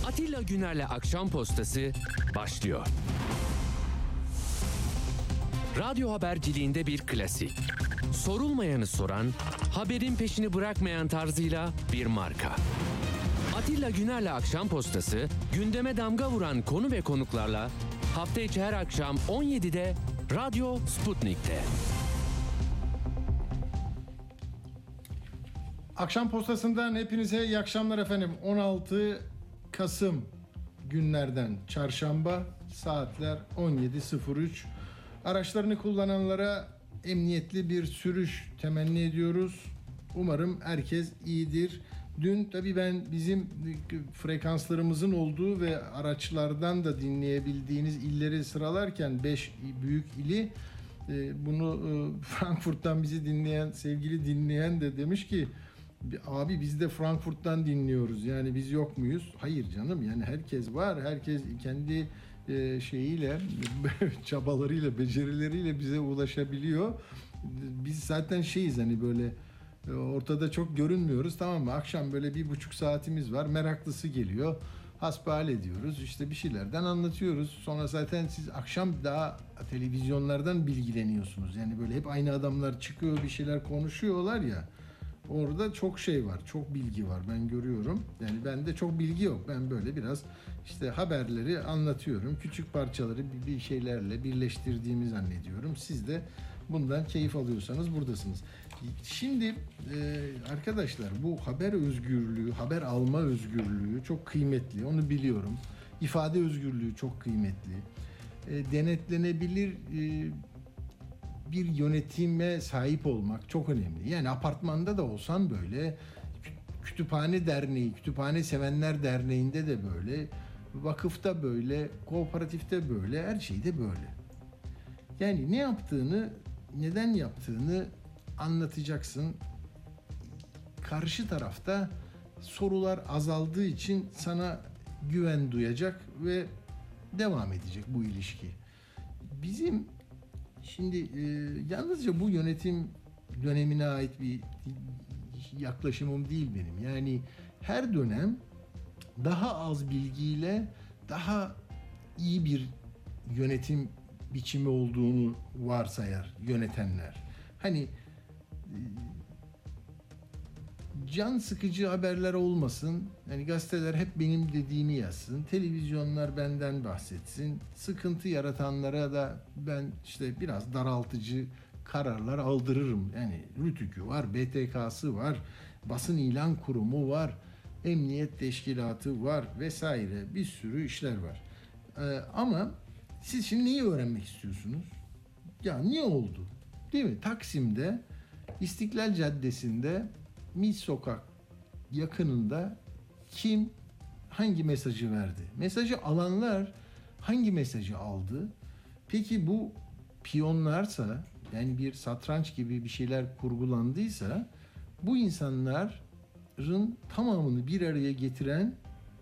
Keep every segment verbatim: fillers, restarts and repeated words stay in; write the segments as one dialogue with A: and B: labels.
A: Atilla Güner'le Akşam Postası başlıyor. Radyo haberciliğinde bir klasik. Sorulmayanı soran, haberin peşini bırakmayan tarzıyla bir marka. Atilla Güner'le Akşam Postası, gündeme damga vuran konu ve konuklarla hafta içi her akşam on yedide Radyo Sputnik'te.
B: Akşam Postası'ndan hepinize iyi akşamlar efendim. on altı Kasım günlerden çarşamba, saatler on yedi sıfır üç. Araçlarını kullananlara emniyetli bir sürüş temenni ediyoruz. Umarım herkes iyidir. Dün tabii ben bizim frekanslarımızın olduğu ve araçlardan da dinleyebildiğiniz illeri sıralarken beş büyük ili, bunu Frankfurt'tan bizi dinleyen sevgili dinleyen de demiş ki abi biz de Frankfurt'tan dinliyoruz, yani biz yok muyuz? Hayır canım, yani herkes var, herkes kendi şeyiyle çabalarıyla, becerileriyle bize ulaşabiliyor. Biz zaten şeyiz, hani böyle ortada çok görünmüyoruz, tamam mı? Akşam böyle bir buçuk saatimiz var, meraklısı geliyor, hasbihal ediyoruz, işte bir şeylerden anlatıyoruz. Sonra zaten siz akşam daha televizyonlardan bilgileniyorsunuz. Yani böyle hep aynı adamlar çıkıyor, bir şeyler konuşuyorlar ya. Orada çok şey var, çok bilgi var, ben görüyorum. Yani bende çok bilgi yok. Ben böyle biraz işte haberleri anlatıyorum. Küçük parçaları bir şeylerle birleştirdiğimi zannediyorum. Siz de bundan keyif alıyorsanız buradasınız. Şimdi e, arkadaşlar, bu haber özgürlüğü, haber alma özgürlüğü çok kıymetli. Onu biliyorum. İfade özgürlüğü çok kıymetli. E, denetlenebilir e, bir yönetime sahip olmak çok önemli. Yani apartmanda da olsan böyle, kütüphane derneği, kütüphane sevenler derneğinde de böyle, vakıfta böyle, kooperatifte böyle, her şeyde böyle. Yani ne yaptığını, neden yaptığını anlatacaksın. Karşı tarafta sorular azaldığı için sana güven duyacak ve devam edecek bu ilişki. Bizim Şimdi e, yalnızca bu yönetim dönemine ait bir yaklaşımım değil benim. Yani her dönem daha az bilgiyle daha iyi bir yönetim biçimi olduğunu varsayar yönetenler. Hani e, can sıkıcı haberler olmasın. Yani gazeteler hep benim dediğimi yazsın. Televizyonlar benden bahsetsin. Sıkıntı yaratanlara da ben işte biraz daraltıcı kararlar aldırırım. Yani RTÜK'ü var, B T K'sı var, basın ilan kurumu var, emniyet teşkilatı var vesaire, bir sürü işler var. Ee, ama siz şimdi neyi öğrenmek istiyorsunuz? Ya niye oldu? Değil mi? Taksim'de, İstiklal Caddesi'nde, Mis Sokak yakınında kim hangi mesajı verdi? Mesajı alanlar hangi mesajı aldı? Peki bu piyonlarsa, yani bir satranç gibi bir şeyler kurgulandıysa, bu insanların tamamını bir araya getiren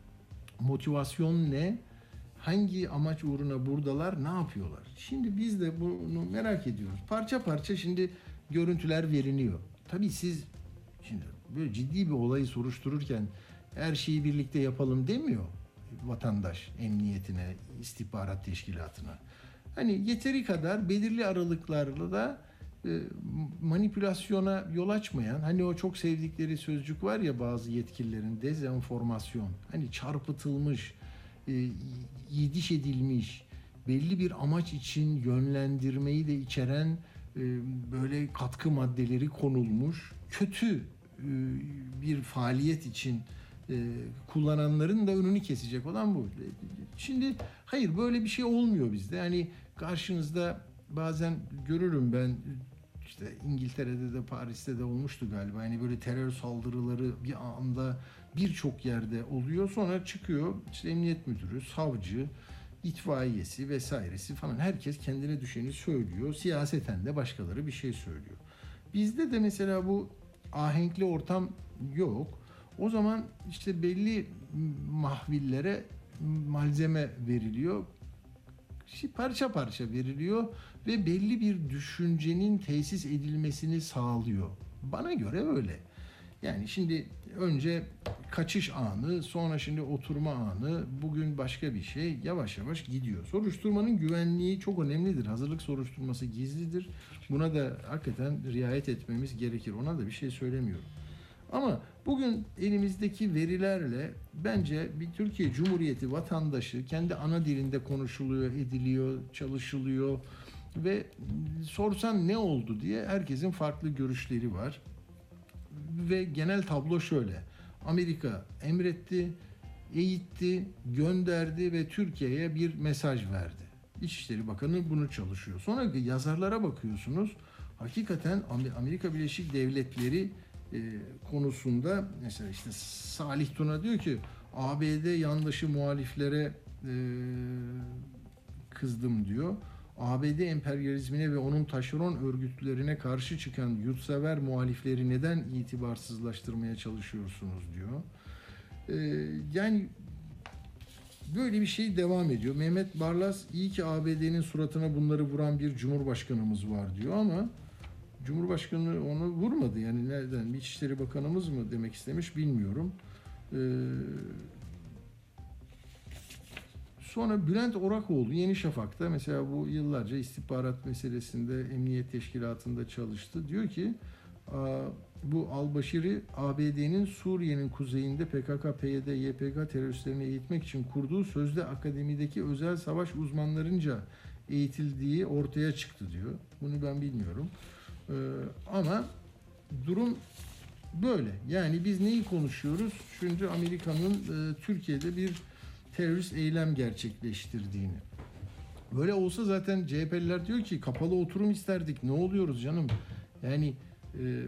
B: motivasyon ne? Hangi amaç uğruna buradalar? Ne yapıyorlar? Şimdi biz de bunu merak ediyoruz. Parça parça şimdi görüntüler veriliyor. Tabii siz şimdi böyle ciddi bir olayı soruştururken her şeyi birlikte yapalım demiyor vatandaş emniyetine, istihbarat teşkilatına. Hani yeteri kadar belirli aralıklarla da e, manipülasyona yol açmayan, hani o çok sevdikleri sözcük var ya bazı yetkililerin, dezenformasyon, hani çarpıtılmış, e, yidiş edilmiş, belli bir amaç için yönlendirmeyi de içeren e, böyle katkı maddeleri konulmuş kötü bir faaliyet için kullananların da önünü kesecek olan bu. Şimdi hayır, böyle bir şey olmuyor bizde. Yani karşınızda bazen görürüm ben, işte İngiltere'de de Paris'te de olmuştu galiba. Yani böyle terör saldırıları bir anda birçok yerde oluyor. Sonra çıkıyor işte emniyet müdürü, savcı, itfaiyesi vesairesi falan, herkes kendine düşeni söylüyor. Siyaseten de başkaları bir şey söylüyor. Bizde de mesela bu ahenkli ortam yok. O zaman işte belli mahvillere malzeme veriliyor. Parça parça veriliyor ve belli bir düşüncenin tesis edilmesini sağlıyor. Bana göre öyle. Yani şimdi önce kaçış anı, sonra şimdi oturma anı, bugün başka bir şey, yavaş yavaş gidiyor. Soruşturmanın güvenliği çok önemlidir. Hazırlık soruşturması gizlidir. Buna da hakikaten riayet etmemiz gerekir. Ona da bir şey söylemiyorum. Ama bugün elimizdeki verilerle bence bir Türkiye Cumhuriyeti vatandaşı kendi ana dilinde konuşuluyor, ediliyor, çalışılıyor ve sorsan ne oldu diye herkesin farklı görüşleri var. Ve genel tablo şöyle: Amerika emretti, eğitti, gönderdi ve Türkiye'ye bir mesaj verdi. İçişleri Bakanı bunu çalışıyor. Sonra yazarlara bakıyorsunuz. Hakikaten Amerika Birleşik Devletleri e, konusunda mesela işte Salih Tuna diyor ki A B D yandaşı muhaliflere e, kızdım diyor. A B D emperyalizmine ve onun taşeron örgütlerine karşı çıkan yurtsever muhalifleri neden itibarsızlaştırmaya çalışıyorsunuz diyor. Ee, yani böyle bir şey devam ediyor. Mehmet Barlas iyi ki A B D'nin suratına bunları vuran bir cumhurbaşkanımız var diyor ama Cumhurbaşkanı onu vurmadı. Yani nereden? İçişleri Bakanımız mı demek istemiş bilmiyorum. Ee, Sonra Bülent Orakoğlu Yeni Şafak'ta mesela bu yıllarca istihbarat meselesinde Emniyet Teşkilatı'nda çalıştı. Diyor ki bu Al-Başir'i A B D'nin Suriye'nin kuzeyinde P K K, P Y D, Y P G teröristlerini eğitmek için kurduğu sözde akademideki özel savaş uzmanlarınca eğitildiği ortaya çıktı diyor. Bunu ben bilmiyorum. Ee, ama durum böyle. Yani biz neyi konuşuyoruz? Şimdi Amerika'nın e, Türkiye'de bir terörist eylem gerçekleştirdiğini. Böyle olsa zaten C H P'liler diyor ki kapalı oturum isterdik. Ne oluyoruz canım? Yani e,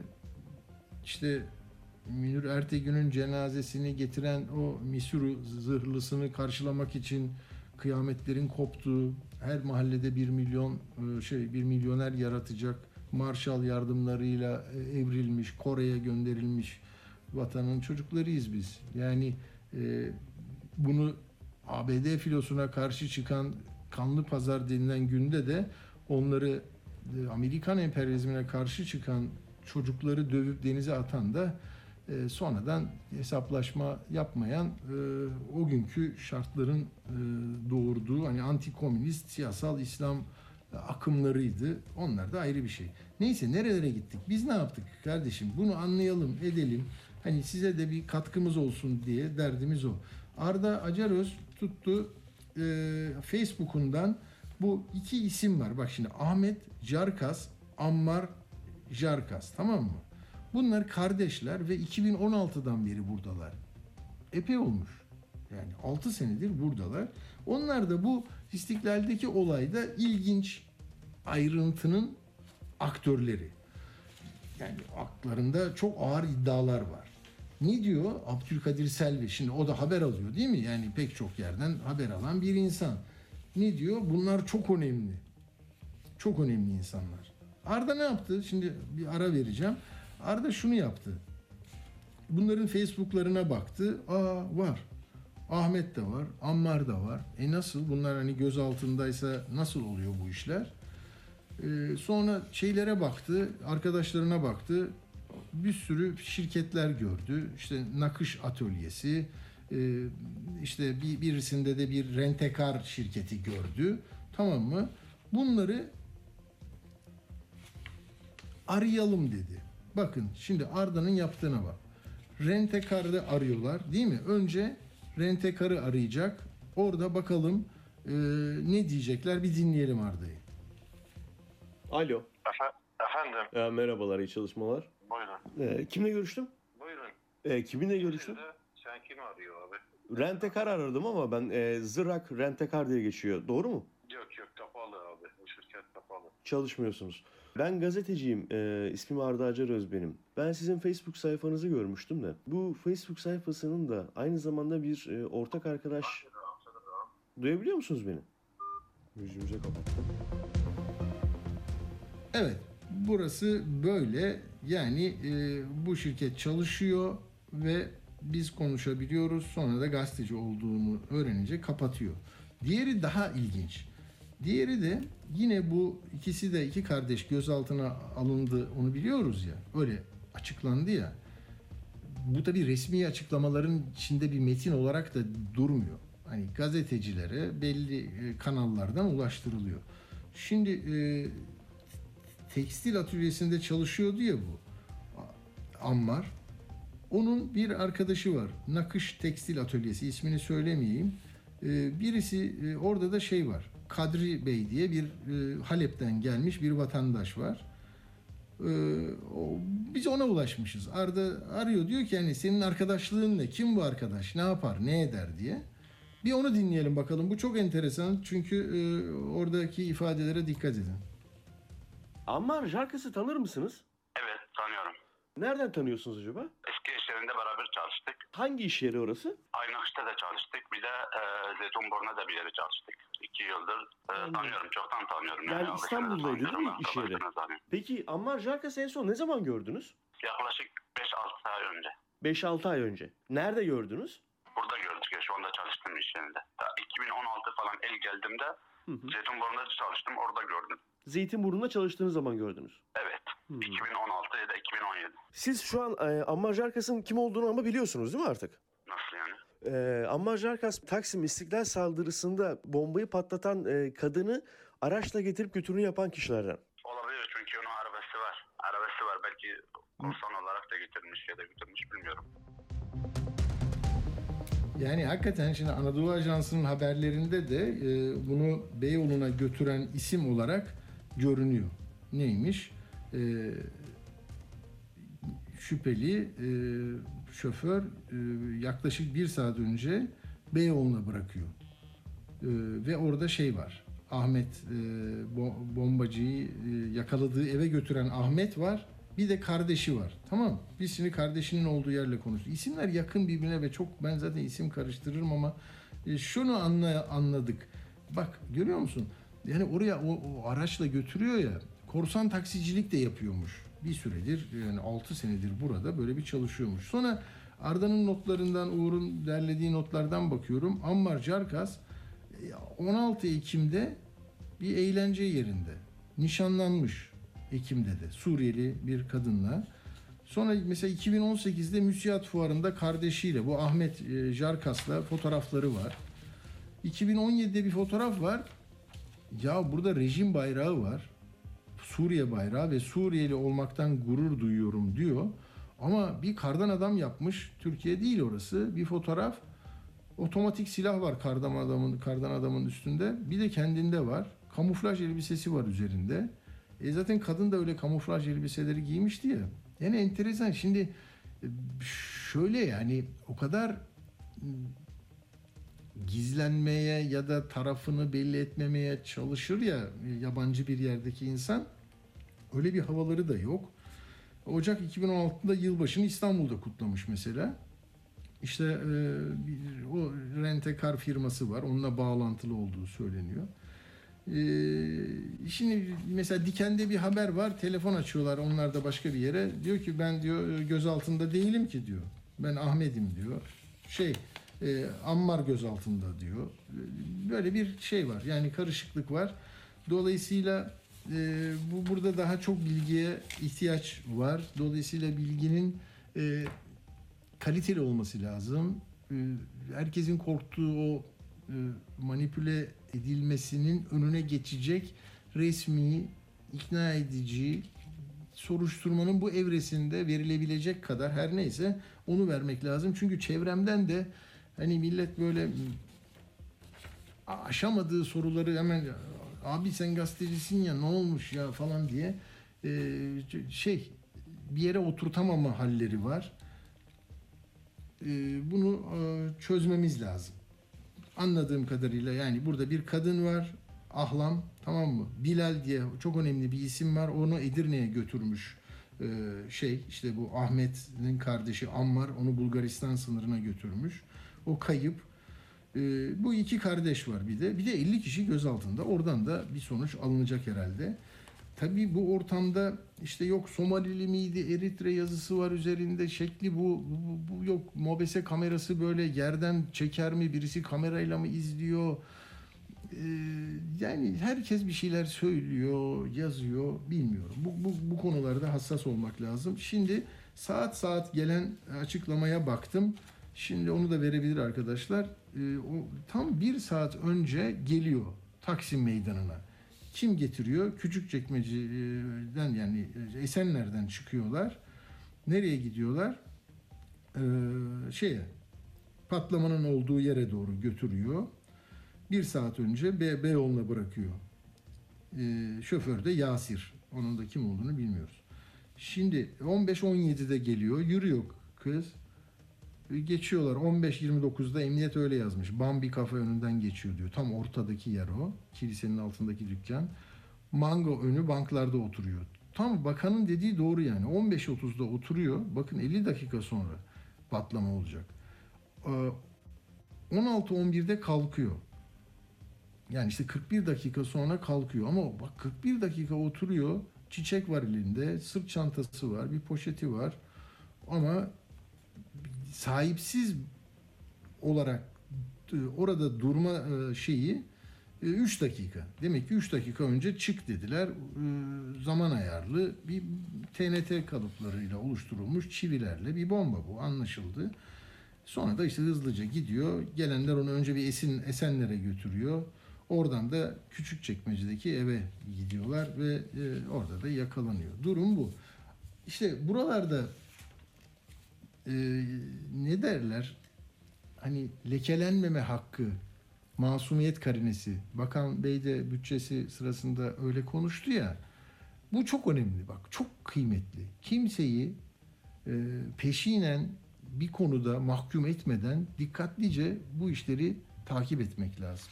B: işte Münir Ertegün'ün cenazesini getiren o Misuru zırhlısını karşılamak için kıyametlerin koptuğu, her mahallede bir milyon şey bir milyoner yaratacak Marshall yardımlarıyla evrilmiş, Kore'ye gönderilmiş vatanın çocuklarıyız biz. Yani e, bunu A B D filosuna karşı çıkan kanlı pazar denilen günde de onları Amerikan emperyalizmine karşı çıkan çocukları dövüp denize atan da e, sonradan hesaplaşma yapmayan e, o günkü şartların e, doğurduğu hani anti-komünist siyasal İslam akımlarıydı. Onlar da ayrı bir şey. Neyse nerelere gittik? Biz ne yaptık kardeşim? Bunu anlayalım, edelim. Hani size de bir katkımız olsun diye derdimiz o. Arda Acaröz tuttu e, Facebook'undan bu iki isim var. Bak şimdi Ahmet Jarkas, Ammar Jarkas, tamam mı? Bunlar kardeşler ve iki bin on altıdan beri buradalar. Epey olmuş. Yani altı senedir buradalar. Onlar da bu İstiklal'deki olayda ilginç ayrıntının aktörleri. Yani aklarında çok ağır iddialar var. Ne diyor Abdülkadir Selvi? Şimdi o da haber alıyor değil mi? Yani pek çok yerden haber alan bir insan. Ne diyor? Bunlar çok önemli. Çok önemli insanlar. Arda ne yaptı? Şimdi bir ara vereceğim. Arda şunu yaptı. Bunların Facebook'larına baktı. Aa var. Ahmet de var. Ammar da var. E nasıl? Bunlar hani göz altındaysa nasıl oluyor bu işler? Ee, sonra şeylere baktı. Arkadaşlarına baktı. Bir sürü şirketler gördü. İşte nakış atölyesi, işte bir birisinde de bir rentekar şirketi gördü. Tamam mı? Bunları arayalım dedi. Bakın şimdi Arda'nın yaptığına bak. Rentekar'ı arıyorlar değil mi? Önce rentekarı arayacak. Orada bakalım e, ne diyecekler bir dinleyelim Arda'yı.
C: Alo.
D: Efendim.
C: E, merhabalar, iyi çalışmalar.
D: Buyurun.
C: E, kimle görüştüm?
D: Buyurun.
C: E, kiminle görüştüm?
D: Sen kim arıyor abi?
C: Rentekar aradım ama ben e, Zırak Rentekar diye geçiyor. Doğru mu?
D: Yok yok kapalı abi. Bu şirket kapalı.
C: Çalışmıyorsunuz. Ben gazeteciyim. E, ismim Arda Acaröz benim. Ben sizin Facebook sayfanızı görmüştüm de. Bu Facebook sayfasının da aynı zamanda bir e, ortak arkadaş... Duyabiliyor musunuz beni? Yüzümüze kapattım.
B: Evet. Burası böyle. Yani e, bu şirket çalışıyor ve biz konuşabiliyoruz. Sonra da gazeteci olduğunu öğrenince kapatıyor. Diğeri daha ilginç. Diğeri de yine bu ikisi de iki kardeş gözaltına alındı. Onu biliyoruz ya. Öyle açıklandı ya. bu tabii resmi açıklamaların içinde bir metin olarak da durmuyor. Hani gazetecilere belli e, kanallardan ulaştırılıyor. Şimdi e, tekstil atölyesinde çalışıyordu ya bu Ammar. Onun bir arkadaşı var. Nakış Tekstil Atölyesi, ismini söylemeyeyim. E, birisi e, orada da şey var. Kadri Bey diye bir e, Halep'ten gelmiş bir vatandaş var. E, o, biz ona ulaşmışız. Arda arıyor, diyor ki hani senin arkadaşlığın ne? Kim bu arkadaş? Ne yapar? Ne eder diye. Bir onu dinleyelim bakalım. Bu çok enteresan çünkü e, oradaki ifadelere dikkat edin.
C: Ammar Jarkas'ı tanır mısınız?
D: Evet, tanıyorum.
C: Nereden tanıyorsunuz acaba?
D: Eski iş yerinde beraber çalıştık.
C: Hangi iş yeri orası?
D: Aynı işte de çalıştık. Bir de e, Zeytinburnu'na da bir yere çalıştık. İki yıldır e, tanıyorum, çoktan tanıyorum.
C: Yani
D: alışverişte
C: İstanbul'daydı değil mi
D: tanıyorum,
C: iş yeri?
D: arkadaşlarınız tanıyorum.
C: Peki Ammar Jarkas'ı en son ne zaman gördünüz?
D: Yaklaşık beş altı ay önce.
C: beş altı ay önce. Nerede gördünüz?
D: Burada gördük ya, şu anda çalıştığım iş yerinde. Ta iki bin on altı falan el geldiğimde
C: Hı hı.
D: Zeytinburnu'nda çalıştım, orada gördüm.
C: Zeytinburnu'nda çalıştığınız zaman gördünüz.
D: Evet,
C: Hmm.
D: iki bin on altı ya da iki bin on yedi.
C: Siz şu an e, Ammar Jarkas'ın kim olduğunu ama biliyorsunuz değil mi artık?
D: Nasıl yani?
C: E, Ammar Jarkas Taksim İstiklal saldırısında bombayı patlatan e, kadını araçla getirip götürünü yapan kişilerden.
D: Olabilir çünkü onun arabası var. Arabası var, belki korsan olarak da getirmiş ya da götürmüş, bilmiyorum.
B: Yani hakikaten şimdi Anadolu Ajansı'nın haberlerinde de e, bunu Beyoğlu'na götüren isim olarak görünüyor. Neymiş? E, şüpheli e, şoför e, yaklaşık bir saat önce Beyoğlu'na bırakıyor. E, ve orada şey var. Ahmet e, bo- bombacıyı e, yakaladığı eve götüren Ahmet var. Bir de kardeşi var. Tamam. Biz şimdi kardeşinin olduğu yerle konuştuk. İsimler yakın birbirine ve çok, ben zaten isim karıştırırım ama e, şunu anla, anladık. Bak görüyor musun? Yani oraya o, o araçla götürüyor ya. Korsan taksicilik de yapıyormuş. Bir süredir, yani altı senedir burada böyle bir çalışıyormuş. Sonra Arda'nın notlarından, Uğur'un derlediği notlardan bakıyorum. Ammar Jarkas on altı Ekim'de bir eğlence yerinde nişanlanmış. Ekim'de de Suriyeli bir kadınla. Sonra mesela iki bin on sekizde Müsiyat Fuarı'nda kardeşiyle, bu Ahmet e, Jarkas'la fotoğrafları var. iki bin on yedide bir fotoğraf var. Ya burada rejim bayrağı var. Suriye bayrağı ve Suriyeli olmaktan gurur duyuyorum diyor. Ama bir kardan adam yapmış. Türkiye değil orası. Bir fotoğraf. Otomatik silah var kardan adamın, kardan adamın üstünde. Bir de kendinde var. Kamuflaj elbisesi var üzerinde. E zaten kadın da öyle kamuflaj elbiseleri giymişti ya. Yani enteresan. Şimdi şöyle, yani o kadar gizlenmeye ya da tarafını belli etmemeye çalışır ya yabancı bir yerdeki insan. Öyle bir havaları da yok. Ocak iki bin on altıda yılbaşını İstanbul'da kutlamış mesela. İşte e, bir, o rent-a-car firması var. Onunla bağlantılı olduğu söyleniyor. Ee, şimdi mesela Diken'de bir haber var. Telefon açıyorlar onlar da başka bir yere. Diyor ki ben diyor gözaltında değilim ki diyor. Ben Ahmet'im diyor. Şey e, Ammar gözaltında diyor. Böyle bir şey var. Yani karışıklık var. Dolayısıyla e, bu burada daha çok bilgiye ihtiyaç var. Dolayısıyla bilginin e, kaliteli olması lazım. E, herkesin korktuğu o e, manipüle edilmesinin önüne geçecek resmi, ikna edici, soruşturmanın bu evresinde verilebilecek kadar her neyse onu vermek lazım. Çünkü çevremden de hani millet böyle aşamadığı soruları hemen abi sen gazetecisin ya ne olmuş ya falan diye e, şey bir yere oturtamama halleri var. E, bunu e, çözmemiz lazım. Anladığım kadarıyla yani burada bir kadın var, Ahlam, tamam mı? Bilal diye çok önemli bir isim var. Onu Edirne'ye götürmüş ee, şey işte bu Ahmet'in kardeşi Ammar onu Bulgaristan sınırına götürmüş. O kayıp. Ee, bu iki kardeş var bir de. Bir de elli kişi gözaltında. Oradan da bir sonuç alınacak herhalde. Tabii bu ortamda işte yok Somalili miydi, Eritre yazısı var üzerinde, şekli bu, bu, bu yok mobese kamerası böyle yerden çeker mi, birisi kamerayla mı izliyor? Ee, yani herkes bir şeyler söylüyor, yazıyor, bilmiyorum. Bu, bu, bu konularda hassas olmak lazım. Şimdi Saat saat gelen açıklamaya baktım. Şimdi onu da verebilir arkadaşlar. Ee, o tam bir saat önce geliyor Taksim Meydanı'na. Kim getiriyor? Küçükçekmece'den, yani Esenler'den çıkıyorlar. Nereye gidiyorlar? Ee, şeye, patlamanın olduğu yere doğru götürüyor. Bir saat önce Be Beyoğlu'na bırakıyor. Ee, şoför de Yasir. Onun da kim olduğunu bilmiyoruz. Şimdi on beş on yedide geliyor. Yürüyor kız. Geçiyorlar. on beş yirmi dokuzda emniyet öyle yazmış. Bambi kafe önünden geçiyor diyor. Tam ortadaki yer o. Kilisenin altındaki dükkan. Mango önü, banklarda oturuyor. Tam bakanın dediği doğru yani. on beş otuzda oturuyor. Bakın elli dakika sonra patlama olacak. on altı on birde kalkıyor. Yani işte kırk bir dakika sonra kalkıyor. Ama bak kırk bir dakika oturuyor. Çiçek var elinde. Sırt çantası var. Bir poşeti var. Ama sahipsiz olarak orada durma şeyi üç dakika. Demek ki üç dakika önce çık dediler. Zaman ayarlı bir T N T kalıplarıyla oluşturulmuş çivilerle bir bomba bu, anlaşıldı. Sonra da işte hızlıca gidiyor. Gelenler onu önce bir Esin, Esenler'e götürüyor. Oradan da Küçükçekmece'deki eve gidiyorlar ve e, orada da yakalanıyor. Durum bu. İşte buralarda e, ne derler? Hani lekelenmeme hakkı, masumiyet karinesi. Bakan Bey de bütçesi sırasında öyle konuştu ya. Bu çok önemli bak. Çok kıymetli. Kimseyi e, peşinen bir konuda mahkum etmeden dikkatlice bu işleri takip etmek lazım.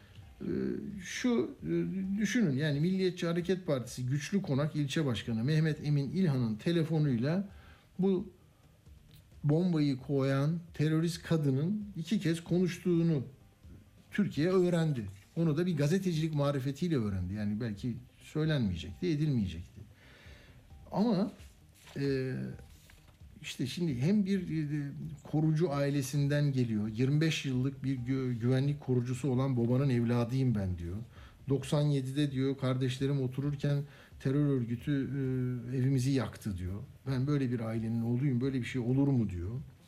B: Şu düşünün, yani Milliyetçi Hareket Partisi Güçlü Konak İlçe Başkanı Mehmet Emin İlhan'ın telefonuyla bu bombayı koyan terörist kadının iki kez konuştuğunu Türkiye öğrendi. Onu da bir gazetecilik marifetiyle öğrendi. Yani belki söylenmeyecekti, edilmeyecekti. Ama e, işte şimdi hem bir korucu ailesinden geliyor. yirmi beş yıllık bir güvenlik korucusu olan babanın evladıyım ben diyor. doksan yedide diyor kardeşlerim otururken terör örgütü evimizi yaktı diyor. Ben böyle bir ailenin oğluyum, böyle bir şey olur mu diyor.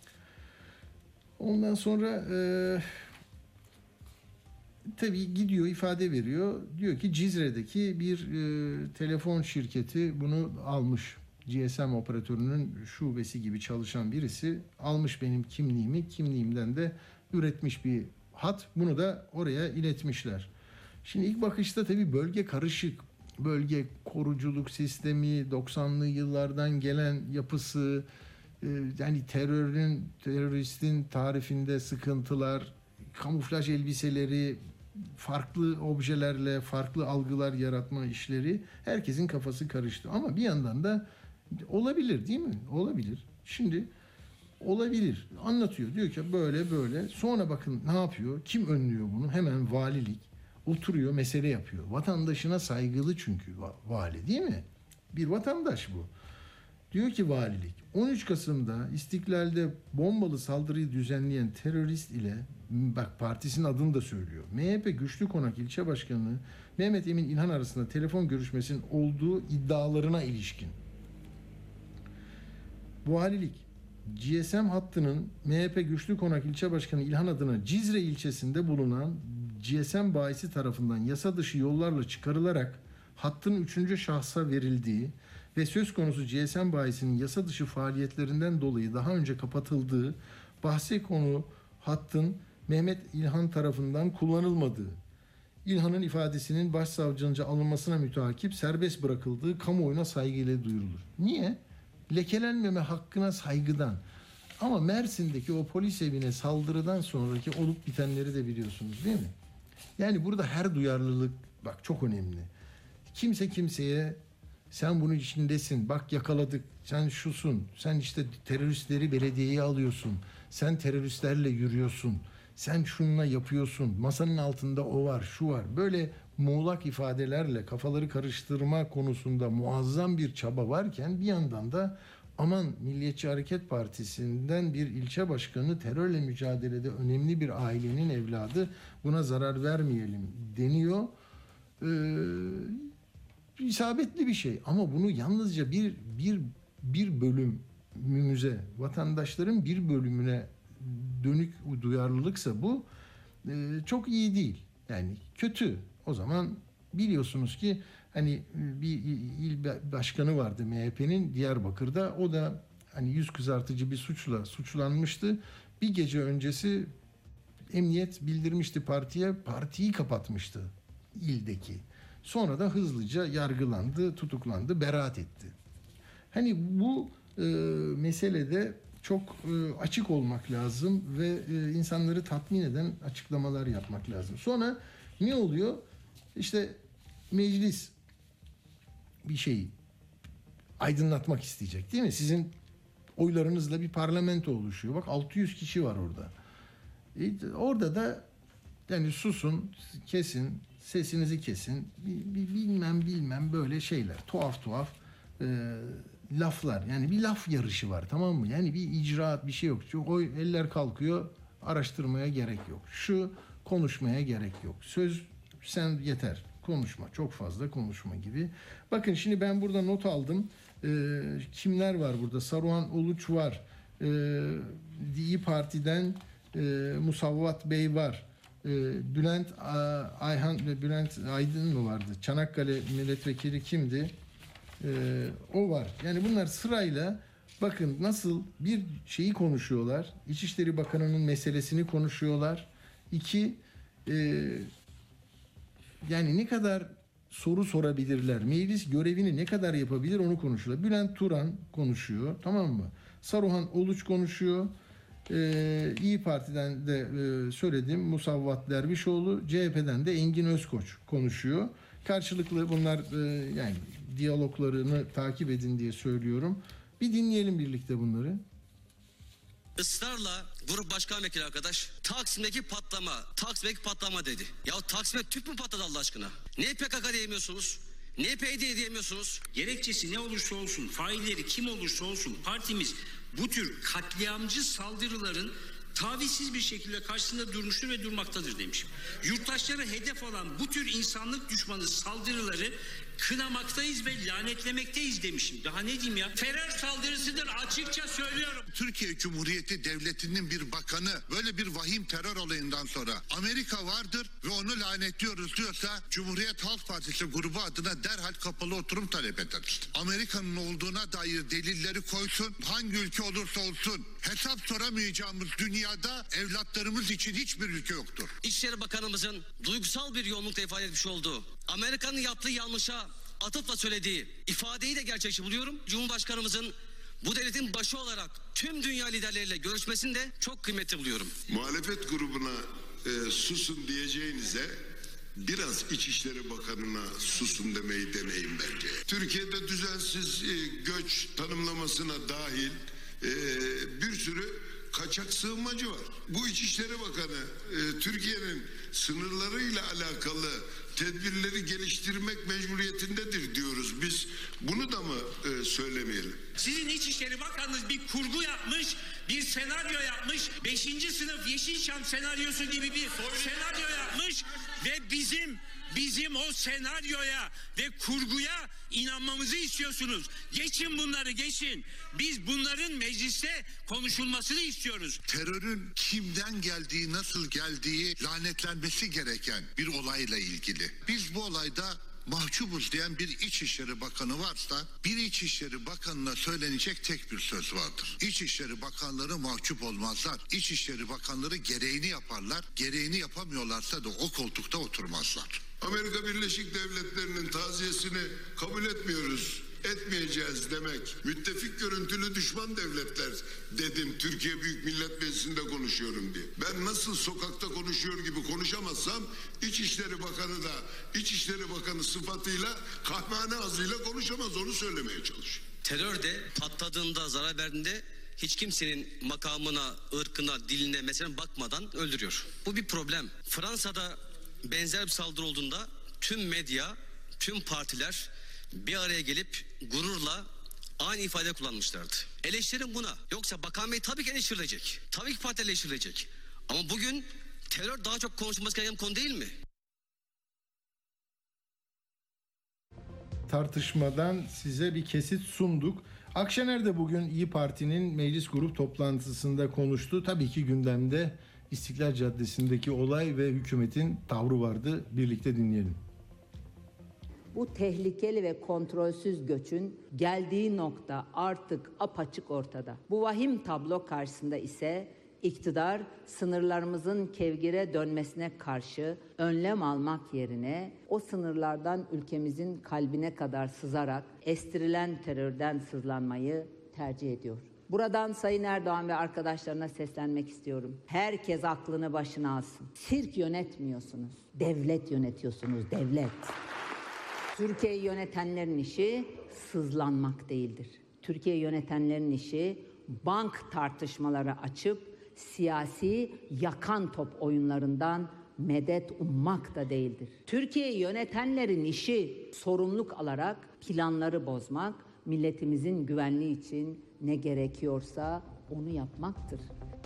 B: Ondan sonra e, tabii gidiyor, ifade veriyor. Diyor ki Cizre'deki bir e, telefon şirketi bunu almış. G S M operatörünün şubesi gibi çalışan birisi almış benim kimliğimi, kimliğimden de üretmiş bir hat. Bunu da oraya iletmişler. Şimdi ilk bakışta tabii bölge karışık. Bölge koruculuk sistemi, doksanlı yıllardan gelen yapısı, yani terörün, teröristin tarifinde sıkıntılar, kamuflaj elbiseleri, farklı objelerle farklı algılar yaratma işleri, herkesin kafası karıştı. Ama bir yandan da olabilir değil mi? Olabilir. Şimdi olabilir. Anlatıyor. Diyor ki böyle böyle. Sonra bakın ne yapıyor? Kim önlüyor bunu? Hemen valilik. Oturuyor, mesele yapıyor. Vatandaşına saygılı çünkü vali değil mi? Bir vatandaş bu. Diyor ki valilik, on üç Kasım'da İstiklal'de bombalı saldırıyı düzenleyen terörist ile, bak partisinin adını da söylüyor, M H P Güçlü Konak İlçe Başkanı Mehmet Emin İlhan arasında telefon görüşmesinin olduğu iddialarına ilişkin valilik, G S M hattının M H P Güçlü Konak İlçe Başkanı İlhan adına Cizre ilçesinde bulunan G S M bayisi tarafından yasa dışı yollarla çıkarılarak hattın üçüncü şahsa verildiği ve söz konusu G S M bayisinin yasa dışı faaliyetlerinden dolayı daha önce kapatıldığı, bahse konu hattın Mehmet İlhan tarafından kullanılmadığı, İlhan'ın ifadesinin başsavcılığınca alınmasına müteakip serbest bırakıldığı kamuoyuna saygıyla duyurulur. Niye? Lekelenmeme hakkına saygıdan. Ama Mersin'deki o polis evine saldırıdan sonraki olup bitenleri de biliyorsunuz değil mi? Yani burada her duyarlılık bak çok önemli. Kimse kimseye sen bunun içindesin, bak yakaladık, sen şusun, sen işte teröristleri belediyeye alıyorsun, sen teröristlerle yürüyorsun, sen şununla yapıyorsun, masanın altında o var, şu var. Böyle muğlak ifadelerle kafaları karıştırma konusunda muazzam bir çaba varken bir yandan da aman Milliyetçi Hareket Partisi'nden bir ilçe başkanı terörle mücadelede önemli bir ailenin evladı, buna zarar vermeyelim deniyor. Ee, isabetli bir şey ama bunu yalnızca bir bir bir bölüm müze, vatandaşların bir bölümüne dönük duyarlılıksa bu e, çok iyi değil. Yani kötü. O zaman biliyorsunuz ki hani bir il başkanı vardı M H P'nin Diyarbakır'da. O da hani yüz kızartıcı bir suçla suçlanmıştı. Bir gece öncesi emniyet bildirmişti partiye, partiyi kapatmıştı ildeki. Sonra da hızlıca yargılandı, tutuklandı, beraat etti. Hani bu e, meselede çok e, açık olmak lazım ve e, insanları tatmin eden açıklamalar yapmak lazım. Sonra ne oluyor? İşte meclis bir şeyi aydınlatmak isteyecek, değil mi? Sizin oylarınızla bir parlamento oluşuyor. Bak altı yüz kişi var orada. E, orada da yani susun, kesin, sesinizi kesin, bir, bir bilmem bilmem böyle şeyler, tuhaf tuhaf e, laflar. Yani bir laf yarışı var, tamam mı? Yani bir icraat bir şey yok. Çünkü o eller kalkıyor, araştırmaya gerek yok. Şu konuşmaya gerek yok. Söz sen yeter, konuşma, çok fazla konuşma gibi. Bakın şimdi ben burada not aldım. E, kimler var burada? Saruhan Uluç var. E, İyi Parti'den e, Musavvat Bey var. E, Bülent a, Ayhan ve Bülent Aydın mı vardı? Çanakkale milletvekili kimdi? E, o var. Yani bunlar sırayla bakın nasıl bir şeyi konuşuyorlar. İçişleri Bakanı'nın meselesini konuşuyorlar. İki, e, yani ne kadar soru sorabilirler, meclis görevini ne kadar yapabilir onu konuşuyorlar. Bülent Turan konuşuyor, tamam mı? Saruhan Uluç konuşuyor. Ee, İyi Parti'den de e, söyledim Musavvat Dervişoğlu, C H P'den de Engin Özkoç konuşuyor. Karşılıklı bunlar e, yani diyaloglarını takip edin diye söylüyorum. Bir dinleyelim birlikte bunları.
E: Israrla grup başkan vekili arkadaş Taksim'deki patlama, Taksim'deki patlama dedi. Ya Taksim'e tüp mü patladı Allah aşkına? Niye P K K diyemiyorsunuz? Niye P Y D diyemiyorsunuz?
F: Gerekçesi ne olursa olsun, failleri kim olursa olsun partimiz bu tür katliamcı saldırıların tavizsiz bir şekilde karşısında durmuştur ve durmaktadır demişim. Yurttaşları hedef alan bu tür insanlık düşmanı saldırıları kınamaktayız ve lanetlemekteyiz demişim. Daha ne diyeyim ya? Terör saldırısıdır, açıkça söylüyorum.
G: Türkiye Cumhuriyeti Devleti'nin bir bakanı böyle bir vahim terör olayından sonra Amerika vardır ve onu lanetliyoruz diyorsa Cumhuriyet Halk Partisi grubu adına derhal kapalı oturum talep ederiz. Amerika'nın olduğuna dair delilleri koysun, hangi ülke olursa olsun hesap soramayacağımız dünyada evlatlarımız için hiçbir ülke yoktur.
E: İçişleri Bakanımızın duygusal bir yoğunlukla ifade etmiş olduğu, Amerika'nın yaptığı yanlışa atıfla söylediği ifadeyi de gerçekçi buluyorum. Cumhurbaşkanımızın bu devletin başı olarak tüm dünya liderleriyle görüşmesini de çok kıymetli buluyorum.
H: Muhalefet grubuna e, susun diyeceğinize biraz İçişleri Bakanı'na susun demeyi deneyin bence. Türkiye'de düzensiz e, göç tanımlamasına dahil e, bir sürü kaçak sığınmacı var. Bu İçişleri Bakanı e, Türkiye'nin sınırlarıyla alakalı tedbirleri geliştirmek mecburiyetindedir diyoruz. Biz bunu da mı e, söylemeyelim?
F: Sizin İçişleri Bakanınız bir kurgu yapmış, bir senaryo yapmış, beşinci sınıf Yeşilçam senaryosu gibi bir senaryo yapmış ve bizim bizim o senaryoya ve kurguya inanmamızı istiyorsunuz. Geçin bunları, geçin. Biz bunların mecliste konuşulmasını istiyoruz.
G: Terörün kimden geldiği, nasıl geldiği lanetlenmesi gereken bir olayla ilgili. Biz bu olayda mahcubuz diyen bir İçişleri Bakanı varsa bir İçişleri Bakanı'na söylenecek tek bir söz vardır. İçişleri Bakanları mahcup olmazlar. İçişleri Bakanları gereğini yaparlar. Gereğini yapamıyorlarsa da o koltukta oturmazlar.
H: Amerika Birleşik Devletleri'nin taziyesini kabul etmiyoruz, etmeyeceğiz demek. Müttefik görüntülü düşman devletler dedim Türkiye Büyük Millet Meclisi'nde konuşuyorum diye. Ben nasıl sokakta konuşuyor gibi konuşamazsam İçişleri Bakanı da İçişleri Bakanı sıfatıyla kahvehane ağzıyla konuşamaz, onu söylemeye çalışıyor.
E: Terör de patladığında, zarar verdiğinde hiç kimsenin makamına, ırkına, diline mesela bakmadan öldürüyor. Bu bir problem. Fransa'da benzer bir saldırı olduğunda tüm medya, tüm partiler bir araya gelip gururla aynı ifade kullanmışlardı. Eleştirin buna. Yoksa Bakan Bey tabii ki eleştirilecek. Tabii ki parti eleştirilecek. Ama bugün terör daha çok konuşulması gereken konu değil mi?
B: Tartışmadan size bir kesit sunduk. Akşener de bugün İyi Parti'nin meclis grup toplantısında konuştu. Tabii ki gündemde İstiklal Caddesi'ndeki olay ve hükümetin tavrı vardı. Birlikte dinleyelim.
I: Bu tehlikeli ve kontrolsüz göçün geldiği nokta artık apaçık ortada. Bu vahim tablo karşısında ise iktidar sınırlarımızın kevgire dönmesine karşı önlem almak yerine o sınırlardan ülkemizin kalbine kadar sızarak estirilen terörden sızlanmayı tercih ediyor. Buradan Sayın Erdoğan ve arkadaşlarına seslenmek istiyorum. Herkes aklını başına alsın. Sirk yönetmiyorsunuz, devlet yönetiyorsunuz, devlet. Türkiye'yi yönetenlerin işi sızlanmak değildir. Türkiye'yi yönetenlerin işi bank tartışmaları açıp siyasi yakan top oyunlarından medet ummak da değildir. Türkiye'yi yönetenlerin işi sorumluluk alarak planları bozmak, milletimizin güvenliği için ne gerekiyorsa onu yapmaktır.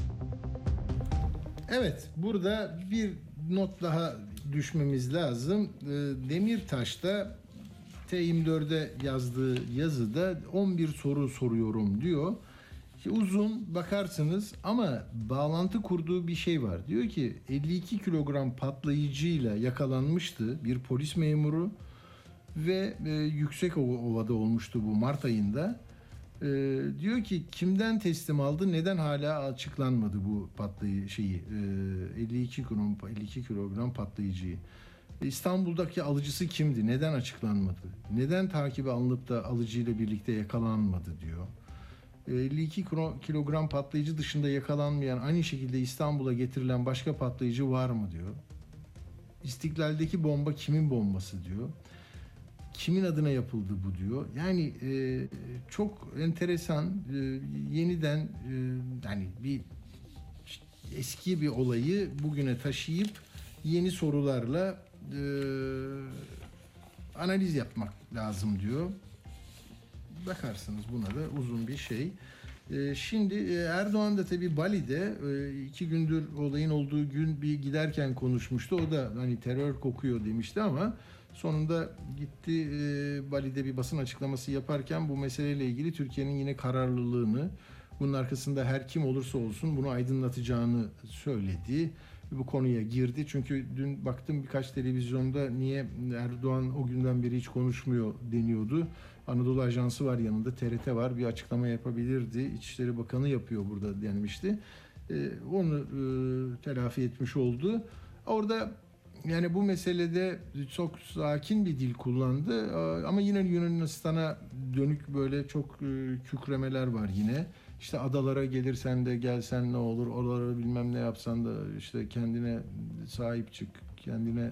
B: Evet, burada bir not daha düşmemiz lazım. Demirtaş'ta T yirmi dört'e yazdığı yazıda on bir soru soruyorum diyor. Ki uzun bakarsınız ama bağlantı kurduğu bir şey var. Diyor ki elli iki kilogram patlayıcıyla yakalanmıştı bir polis memuru ve e, Yüksekova'da olmuştu bu Mart ayında. E, diyor ki kimden teslim aldı, neden hala açıklanmadı bu patlayıcı şeyi e, elli iki kilogram, elli iki kilogram patlayıcıyı. İstanbul'daki alıcısı kimdi, neden açıklanmadı, neden takibe alınıp da alıcıyla birlikte yakalanmadı diyor. elli iki kilogram patlayıcı dışında yakalanmayan, aynı şekilde İstanbul'a getirilen başka patlayıcı var mı diyor. İstiklal'deki bomba kimin bombası diyor. Kimin adına yapıldı bu diyor. Yani e, çok enteresan, e, yeniden e, yani bir eski bir olayı bugüne taşıyıp yeni sorularla e, analiz yapmak lazım diyor. Bakarsınız buna da uzun bir şey. Ee, şimdi Erdoğan da tabii Bali'de e, iki gündür olayın olduğu gün bir giderken konuşmuştu. O da hani terör kokuyor demişti ama sonunda gitti e, Bali'de bir basın açıklaması yaparken bu meseleyle ilgili Türkiye'nin yine kararlılığını, bunun arkasında her kim olursa olsun bunu aydınlatacağını söyledi. Bu konuya girdi. Çünkü dün baktım birkaç televizyonda niye Erdoğan o günden beri hiç konuşmuyor deniyordu. Anadolu Ajansı var yanında, T R T var, bir açıklama yapabilirdi. İçişleri Bakanı yapıyor burada denmişti. Ee, onu e, telafi etmiş oldu. Orada yani bu meselede çok sakin bir dil kullandı. Ama yine Yunanistan'a dönük böyle çok e, kükremeler var yine. İşte adalara gelirsen de gelsen ne olur, oralara bilmem ne yapsan da işte kendine sahip çık, kendine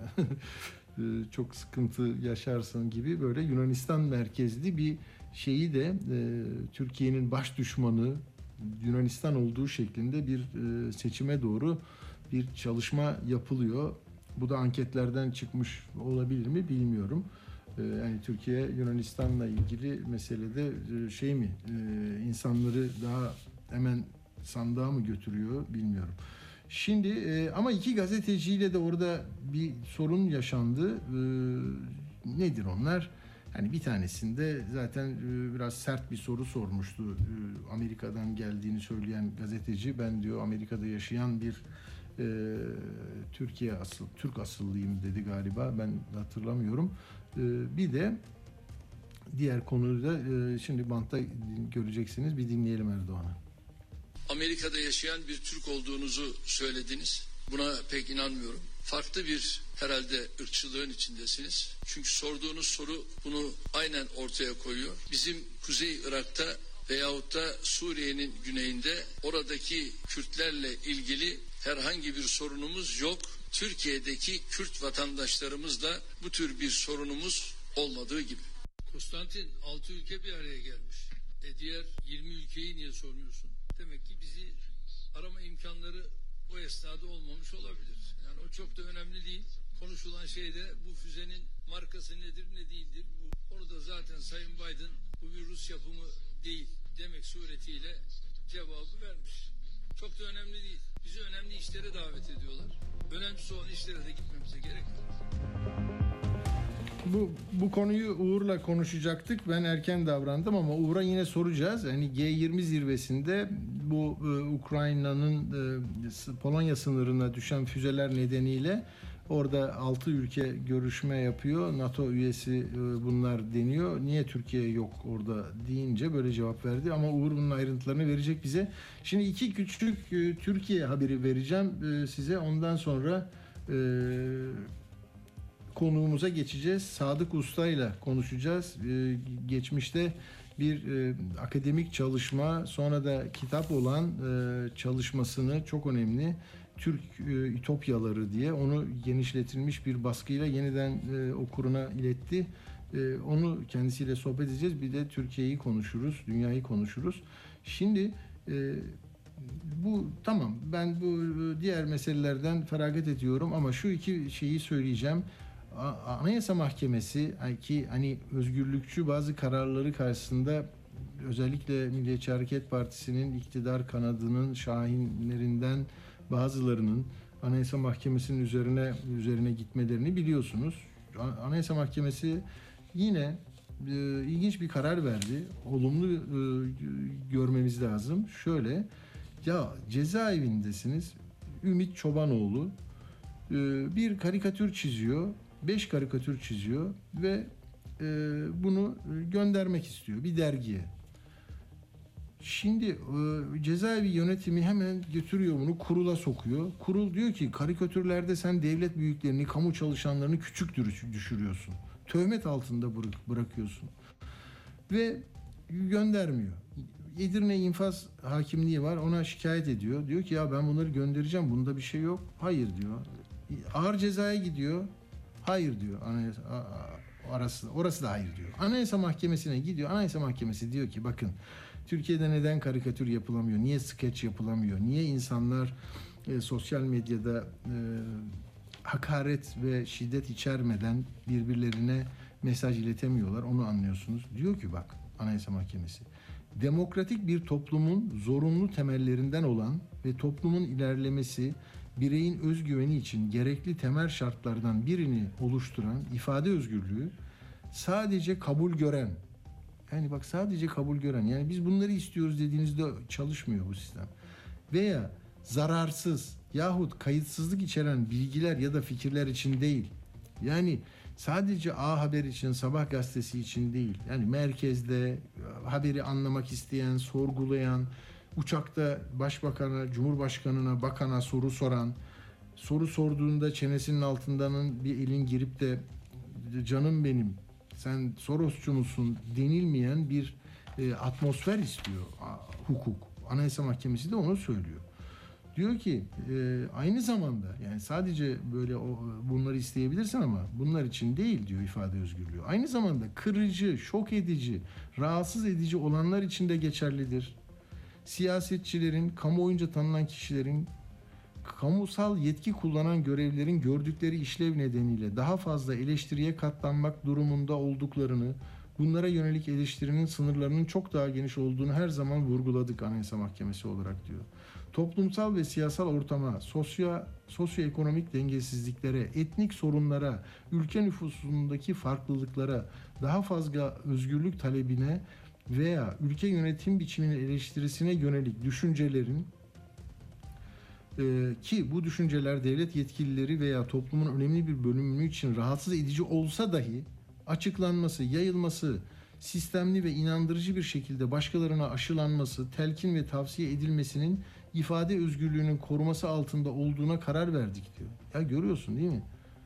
B: çok sıkıntı yaşarsın gibi böyle Yunanistan merkezli bir şeyi de e, Türkiye'nin baş düşmanı Yunanistan olduğu şeklinde bir e, seçime doğru bir çalışma yapılıyor. Bu da anketlerden çıkmış olabilir mi bilmiyorum. E, yani Türkiye Yunanistan'la ilgili meselede e, şey mi e, insanları daha hemen sandığa mı götürüyor bilmiyorum. Şimdi e, ama iki gazeteciyle de orada bir sorun yaşandı. E, nedir onlar? Yani bir tanesinde zaten e, biraz sert bir soru sormuştu. E, Amerika'dan geldiğini söyleyen gazeteci, ben diyor Amerika'da yaşayan bir e, Türkiye asıl Türk asıllıyım dedi galiba. Ben hatırlamıyorum. E, bir de diğer konuyu da e, şimdi bantta göreceksiniz. Bir dinleyelim Erdoğan'ı.
J: Amerika'da yaşayan bir Türk olduğunuzu söylediniz. Buna pek inanmıyorum. Farklı bir herhalde ırkçılığın içindesiniz. Çünkü sorduğunuz soru bunu aynen ortaya koyuyor. Bizim Kuzey Irak'ta veyahut da Suriye'nin güneyinde oradaki Kürtlerle ilgili herhangi bir sorunumuz yok. Türkiye'deki Kürt vatandaşlarımızla bu tür bir sorunumuz olmadığı gibi. Konstantin, altı ülke bir araya gelmiş. E diğer yirmi ülkeyi niye sormuyorsun? Demek ki bizi arama imkanları o esnada olmamış olabilir. Yani o çok da önemli değil. Konuşulan şey de bu füzenin markası nedir ne değildir. Bu, onu da zaten Sayın Biden bu bir Rus yapımı değil demek suretiyle cevabı vermiş. Çok da önemli değil. Bizi önemli işlere davet ediyorlar. Önemlisi olan işlere de gitmemize gerek yok.
B: Bu bu konuyu Uğur'la konuşacaktık. Ben erken davrandım ama Uğur'a yine soracağız. Yani G yirmi zirvesinde bu e, Ukrayna'nın e, Polonya sınırına düşen füzeler nedeniyle orada altı ülke görüşme yapıyor. NATO üyesi e, bunlar deniyor. Niye Türkiye yok orada deyince böyle cevap verdi. Ama Uğur bunun ayrıntılarını verecek bize. Şimdi iki küçük e, Türkiye haberi vereceğim e, size. Ondan sonra e, konuğumuza geçeceğiz. Sadık Usta ile konuşacağız. Ee, geçmişte bir e, akademik çalışma, sonra da kitap olan e, çalışmasını, çok önemli, Türk e, Ütopyaları diye, onu genişletilmiş bir baskıyla yeniden e, okuruna iletti. E, onu kendisiyle sohbet edeceğiz. Bir de Türkiye'yi konuşuruz, dünyayı konuşuruz. Şimdi e, bu tamam, ben bu diğer meselelerden feragat ediyorum ama şu iki şeyi söyleyeceğim. Anayasa Mahkemesi ki hani özgürlükçü bazı kararları karşısında, özellikle Milliyetçi Hareket Partisi'nin iktidar kanadının şahinlerinden bazılarının Anayasa Mahkemesi'nin üzerine üzerine gitmelerini biliyorsunuz. Anayasa Mahkemesi yine e, ilginç bir karar verdi. Olumlu e, görmemiz lazım. Şöyle, ya cezaevindesiniz. Ümit Çobanoğlu e, bir karikatür çiziyor. Beş karikatür çiziyor ve e, bunu göndermek istiyor bir dergiye. Şimdi e, cezaevi yönetimi hemen götürüyor bunu, kurula sokuyor. Kurul diyor ki karikatürlerde sen devlet büyüklerini, kamu çalışanlarını küçük düşürüyorsun. Töhmet altında bırak, bırakıyorsun. Ve göndermiyor. Edirne İnfaz Hakimliği var, ona şikayet ediyor. Diyor ki ya ben bunları göndereceğim, bunda bir şey yok. Hayır diyor. Ağır cezaya gidiyor. Hayır diyor. Anayasa, orası, orası da hayır diyor. Anayasa Mahkemesi'ne gidiyor. Anayasa Mahkemesi diyor ki bakın, Türkiye'de neden karikatür yapılamıyor? Niye skeç yapılamıyor? Niye insanlar e, sosyal medyada e, hakaret ve şiddet içermeden birbirlerine mesaj iletemiyorlar? Onu anlıyorsunuz. Diyor ki bak Anayasa Mahkemesi, demokratik bir toplumun zorunlu temellerinden olan ve toplumun ilerlemesi, bireyin özgüveni için gerekli temel şartlardan birini oluşturan ifade özgürlüğü sadece kabul gören, yani bak sadece kabul gören, yani biz bunları istiyoruz dediğinizde çalışmıyor bu sistem. Veya zararsız yahut kayıtsızlık içeren bilgiler ya da fikirler için değil. Yani sadece A Haber için, Sabah gazetesi için değil. Yani merkezde haberi anlamak isteyen, sorgulayan, uçakta başbakana, cumhurbaşkanına, bakana soru soran, soru sorduğunda çenesinin altından bir elin girip de canım benim sen Sorosçu musun denilmeyen bir e, atmosfer istiyor hukuk. Anayasa Mahkemesi de onu söylüyor. Diyor ki e, aynı zamanda, yani sadece böyle o, bunları isteyebilirsin ama bunlar için değil diyor ifade özgürlüğü. Aynı zamanda kırıcı, şok edici, rahatsız edici olanlar için de geçerlidir. Siyasetçilerin, kamuoyunca tanınan kişilerin, kamusal yetki kullanan görevlilerin gördükleri işlev nedeniyle daha fazla eleştiriye katlanmak durumunda olduklarını, bunlara yönelik eleştirinin sınırlarının çok daha geniş olduğunu her zaman vurguladık Anayasa Mahkemesi olarak diyor. Toplumsal ve siyasal ortama, sosyo, sosyoekonomik dengesizliklere, etnik sorunlara, ülke nüfusundaki farklılıklara, daha fazla özgürlük talebine veya ülke yönetim biçiminin eleştirisine yönelik düşüncelerin e, ki bu düşünceler devlet yetkilileri veya toplumun önemli bir bölümü için rahatsız edici olsa dahi açıklanması, yayılması, sistemli ve inandırıcı bir şekilde başkalarına aşılanması, telkin ve tavsiye edilmesinin ifade özgürlüğünün koruması altında olduğuna karar verdik diyor. Ya görüyorsun değil mi?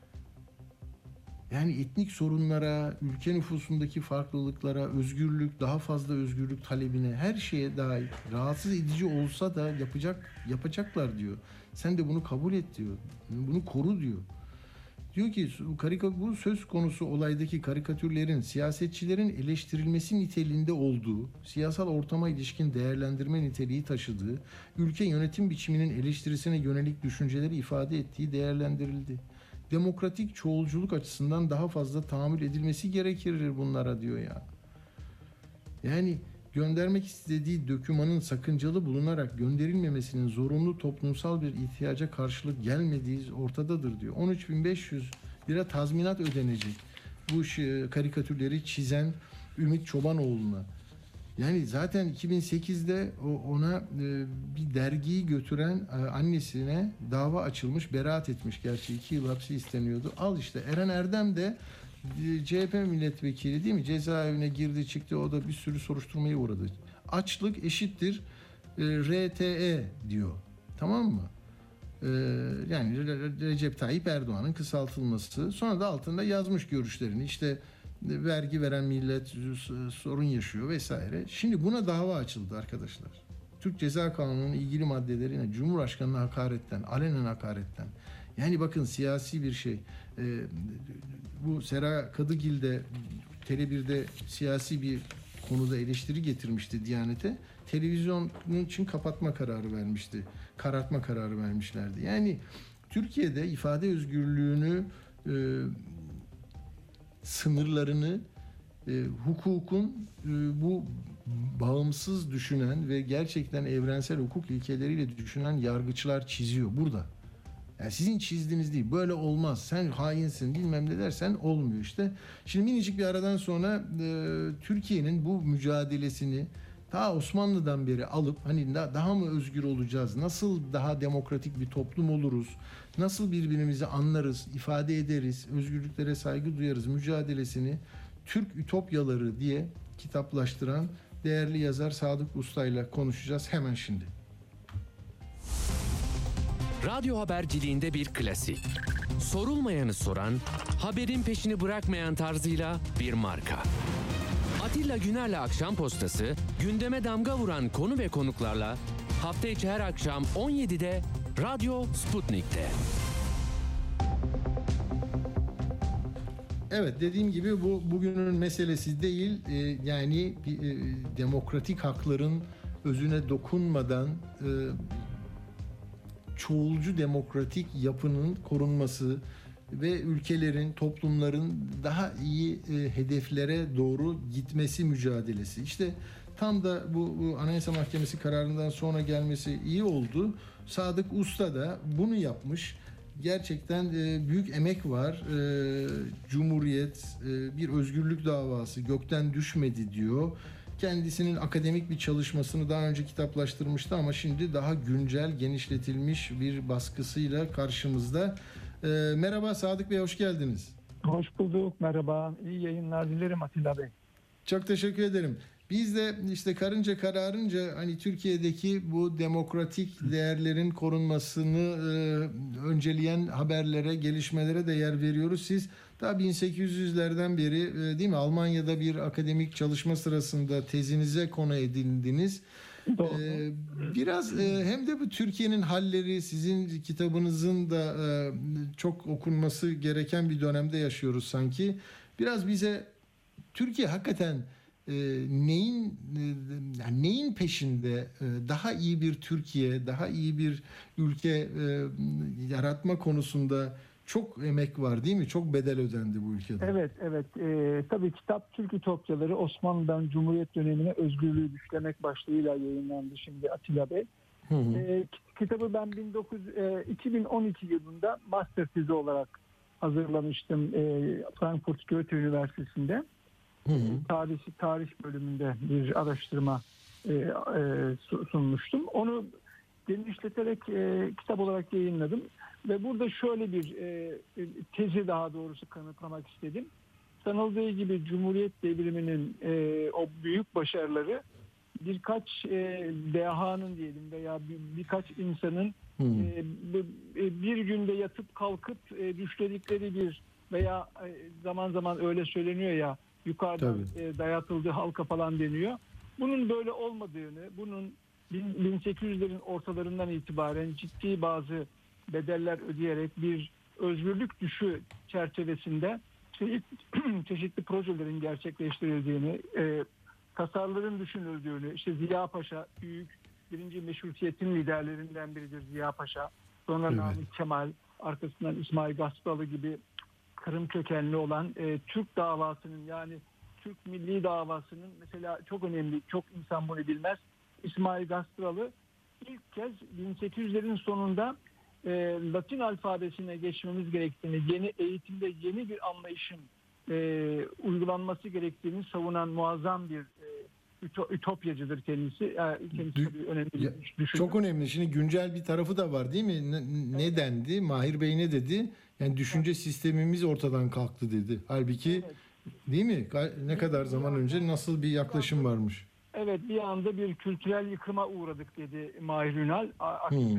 B: Yani etnik sorunlara, ülke nüfusundaki farklılıklara, özgürlük, daha fazla özgürlük talebine, her şeye dair rahatsız edici olsa da yapacak yapacaklar diyor. Sen de bunu kabul et diyor. Bunu koru diyor. Diyor ki bu söz konusu olaydaki karikatürlerin siyasetçilerin eleştirilmesi niteliğinde olduğu, siyasal ortama ilişkin değerlendirme niteliği taşıdığı, ülke yönetim biçiminin eleştirisine yönelik düşünceleri ifade ettiği değerlendirildi. Demokratik çoğulculuk açısından daha fazla tahammül edilmesi gerekir bunlara diyor ya. Yani göndermek istediği dokümanın sakıncalı bulunarak gönderilmemesinin zorunlu toplumsal bir ihtiyaca karşılık gelmediği ortadadır diyor. on üç bin beş yüz lira tazminat ödenecek. bu karikatürleri çizen Ümit Çobanoğlu'na. Yani zaten iki bin sekizde ona bir dergiyi götüren annesine dava açılmış, beraat etmiş. Gerçi iki yıl hapsi isteniyordu. Al işte Eren Erdem de C H P milletvekili değil mi? Cezaevine girdi çıktı. O da bir sürü soruşturmaya uğradı. Açlık eşittir R T E diyor. Tamam mı? Yani Recep Tayyip Erdoğan'ın kısaltılması. Sonra da altında yazmış görüşlerini. İşte vergi veren millet sorun yaşıyor vesaire. Şimdi buna dava açıldı arkadaşlar. Türk Ceza Kanunu'nun ilgili maddelerine Cumhurbaşkanı'na hakaretten, alenen hakaretten. Yani bakın siyasi bir şey. Ee, bu Sera Kadıgil de Tele bir'de siyasi bir konuda eleştiri getirmişti Diyanet'e. Televizyonun için kapatma kararı vermişti. Karartma kararı vermişlerdi. Yani Türkiye'de ifade özgürlüğünü e, sınırlarını e, hukukun e, bu bağımsız düşünen ve gerçekten evrensel hukuk ilkeleriyle düşünen yargıçlar çiziyor burada. Yani sizin çizdiğiniz değil. Böyle olmaz. Sen hainsin bilmem ne dersen olmuyor işte. Şimdi minicik bir aradan sonra e, Türkiye'nin bu mücadelesini ta Osmanlı'dan beri alıp hani daha mı özgür olacağız? Nasıl daha demokratik bir toplum oluruz? Nasıl birbirimizi anlarız, ifade ederiz, özgürlüklere saygı duyarız mücadelesini Türk Ütopyaları diye kitaplaştıran değerli yazar Sadık Usta'yla konuşacağız hemen şimdi.
A: Radyo haberciliğinde bir klasik. Sorulmayanı soran, haberin peşini bırakmayan tarzıyla bir marka. Atilla Güner'le Akşam Postası, gündeme damga vuran konu ve konuklarla hafta içi her akşam on yedide Radyo Sputnik'te.
B: Evet, dediğim gibi bu bugünün meselesi değil. Ee, yani e, demokratik hakların özüne dokunmadan e, çoğulcu demokratik yapının korunması ve ülkelerin, toplumların daha iyi e, hedeflere doğru gitmesi mücadelesi. İşte tam da bu, bu Anayasa Mahkemesi kararından sonra gelmesi iyi oldu. Sadık Usta da bunu yapmış. Gerçekten e, büyük emek var. E, Cumhuriyet e, bir özgürlük davası gökten düşmedi diyor. Kendisinin akademik bir çalışmasını daha önce kitaplaştırmıştı ama şimdi daha güncel, genişletilmiş bir baskısıyla karşımızda. E, merhaba Sadık Bey, hoş geldiniz.
K: Hoş bulduk, merhaba. İyi yayınlar dilerim Atilla Bey.
B: Çok teşekkür ederim. Biz de işte karınca kararınca hani Türkiye'deki bu demokratik değerlerin korunmasını e, önceleyen haberlere, gelişmelere de yer veriyoruz. Siz daha bin sekiz yüzlerden beri e, değil mi Almanya'da bir akademik çalışma sırasında tezinize konu edindiniz.
K: Doğru.
B: E, biraz e, hem de bu Türkiye'nin halleri sizin kitabınızın da e, çok okunması gereken bir dönemde yaşıyoruz sanki. Biraz bize Türkiye hakikaten E, neyin e, yani neyin peşinde e, daha iyi bir Türkiye, daha iyi bir ülke e, yaratma konusunda çok emek var değil mi? Çok bedel ödendi bu ülkede.
K: Evet, evet. E, tabii kitap Türk Ütopyaları Osmanlı'dan Cumhuriyet dönemine özgürlüğü düşlemek başlığıyla yayınlandı şimdi Atilla Bey. Hı hı. E, kitabı ben bin dokuz yüz, e, iki bin on iki yılında master tezi olarak hazırlamıştım e, Frankfurt Goethe Üniversitesi'nde. Hı hı. Tarih, tarih bölümünde bir araştırma e, e, sunmuştum. Onu genişleterek e, kitap olarak yayınladım. Ve burada şöyle bir e, tezi daha doğrusu kanıtlamak istedim. Sanıldığı gibi Cumhuriyet devriminin e, o büyük başarıları birkaç e, dehanın diyelim veya bir, birkaç insanın e, bir günde yatıp kalkıp e, düşledikleri bir veya e, zaman zaman öyle söyleniyor ya yukarıdan e, dayatıldığı halka falan deniyor. Bunun böyle olmadığını, bunun bin sekiz yüzlerin ortalarından itibaren ciddi bazı bedeller ödeyerek bir özgürlük düşü çerçevesinde çeşitli, çeşitli projelerin gerçekleştirildiğini, e, tasarların düşünüldüğünü, işte Ziya Paşa büyük birinci meşrutiyetin liderlerinden biridir Ziya Paşa. Sonra evet. Namık Kemal, arkasından İsmail Gaspalı gibi Kırım kökenli olan e, Türk davasının yani Türk milli davasının mesela çok önemli, çok insan bunu bilmez. İsmail Gaspalı ilk kez bin sekiz yüzlerin sonunda e, Latin alfabesine geçmemiz gerektiğini, yeni eğitimde yeni bir anlayışın e, uygulanması gerektiğini savunan muazzam bir e, üto, ütopyacıdır kendisi. Yani kendisi
B: Dü-
K: tabii önemli
B: Ya,
K: bir düşünür.
B: çok önemli. Şimdi güncel bir tarafı da var değil mi? Ne, ne dendi? Mahir Bey ne dedi? Yani düşünce sistemimiz ortadan kalktı dedi. Halbuki
K: Evet.
B: değil mi? Ga- Ne kadar zaman önce nasıl bir yaklaşım varmış?
K: Evet, bir anda bir kültürel yıkıma uğradık dedi Mahir Ünal, A- AKP
B: Hmm.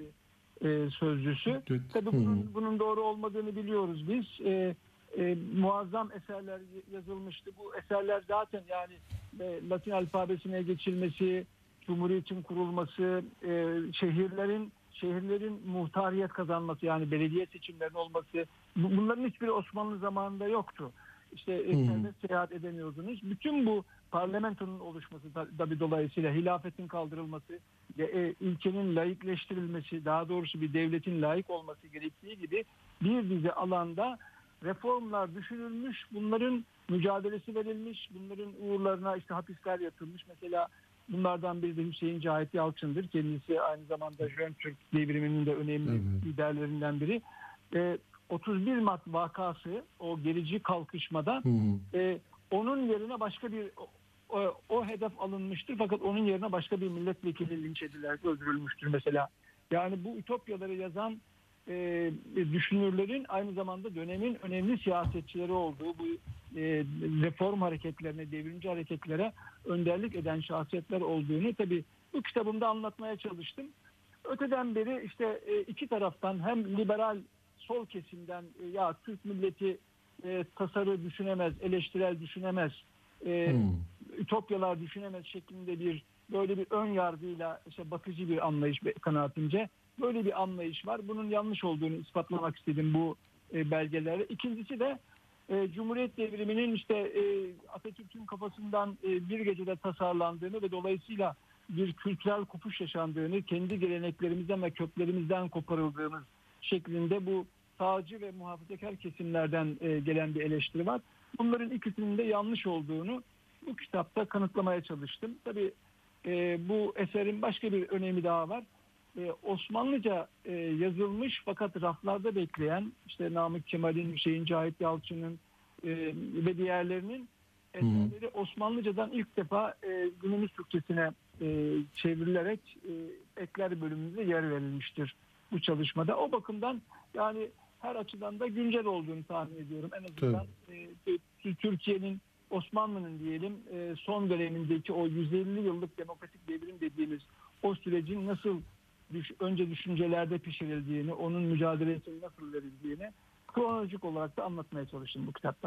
K: e, e, sözcüsü.
B: Evet.
K: Tabii
B: Hmm.
K: bunun, bunun doğru olmadığını biliyoruz biz. E, e, muazzam eserler yazılmıştı. Bu eserler zaten yani e, Latin alfabesine geçilmesi, Cumhuriyet'in kurulması, e, şehirlerin şehirlerin muhtariyet kazanması, yani belediye seçimlerinin olması, bu- bunların hiçbiri Osmanlı zamanında yoktu. İşte e,
B: Hmm.
K: serbest seyahat edemiyordunuz. Bütün bu parlamentonun oluşması da- tabii dolayısıyla hilafetin kaldırılması ve e, ülkenin laikleştirilmesi, daha doğrusu bir devletin laik olması gerektiği gibi bir dizi alanda reformlar düşünülmüş, bunların mücadelesi verilmiş, bunların uğurlarına işte hapisler yatılmış. Mesela bunlardan biri de Hüseyin Cahit Yalçın'dır. Kendisi aynı zamanda Jön Türk devriminin de önemli
B: Evet.
K: liderlerinden biri. E, otuz bir Mart vakası, o gerici kalkışmada
B: Hı hı.
K: e, onun yerine başka bir o, o, o hedef alınmıştır, fakat onun yerine başka bir milletvekili linç edilerek öldürülmüştür mesela. Yani bu ütopyaları yazan e, düşünürlerin aynı zamanda dönemin önemli siyasetçileri olduğu, bu e, reform hareketlerine, devrimci hareketlere önderlik eden şahsiyetler olduğunu tabii bu kitabımda anlatmaya çalıştım. Öteden beri işte e, iki taraftan, hem liberal sol kesimden e, ya Türk milleti e, tasarı düşünemez, eleştirel düşünemez, e,
B: Hmm.
K: ütopyalar düşünemez şeklinde bir böyle bir ön yargıyla işte batıcı bir anlayış be- kanaatimce böyle bir anlayış var. Bunun yanlış olduğunu ispatlamak istedim bu e, belgelerle. İkincisi de e, Cumhuriyet devriminin işte e, Atatürk'ün kafasından e, bir gecede tasarlandığını ve dolayısıyla bir kültürel kopuş yaşandığını, kendi geleneklerimizden ve köklerimizden koparıldığımız şeklinde bu sağcı ve muhafazakar kesimlerden e, gelen bir eleştiri var. Bunların ikisinin de yanlış olduğunu bu kitapta kanıtlamaya çalıştım. Tabii e, bu eserin başka bir önemi daha var. E, Osmanlıca e, yazılmış fakat raflarda bekleyen işte Namık Kemal'in, Hüseyin Cahit Yalçın'ın e, ve diğerlerinin eserleri Osmanlıcadan ilk defa e, günümüz Türkçesine e, çevrilerek e, ekler bölümünde yer verilmiştir bu çalışmada. O bakımdan yani her açıdan da güncel olduğunu tahmin ediyorum. En azından e, Türkiye'nin, Osmanlı'nın diyelim e, son dönemindeki o yüz elli yıllık demokratik devrim dediğimiz o sürecin nasıl düş, önce düşüncelerde pişirildiğini, onun mücadelesinin nasıl verildiğini kronolojik olarak da anlatmaya çalıştım bu kitapta.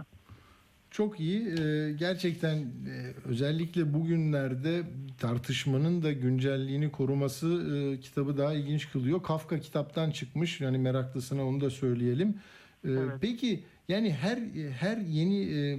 B: Çok iyi. Ee, gerçekten e, özellikle bugünlerde tartışmanın da güncelliğini koruması e, kitabı daha ilginç kılıyor. Kafka kitaptan çıkmış. Yani meraklısına onu da söyleyelim. Ee,
K: Evet.
B: Peki yani her her yeni e,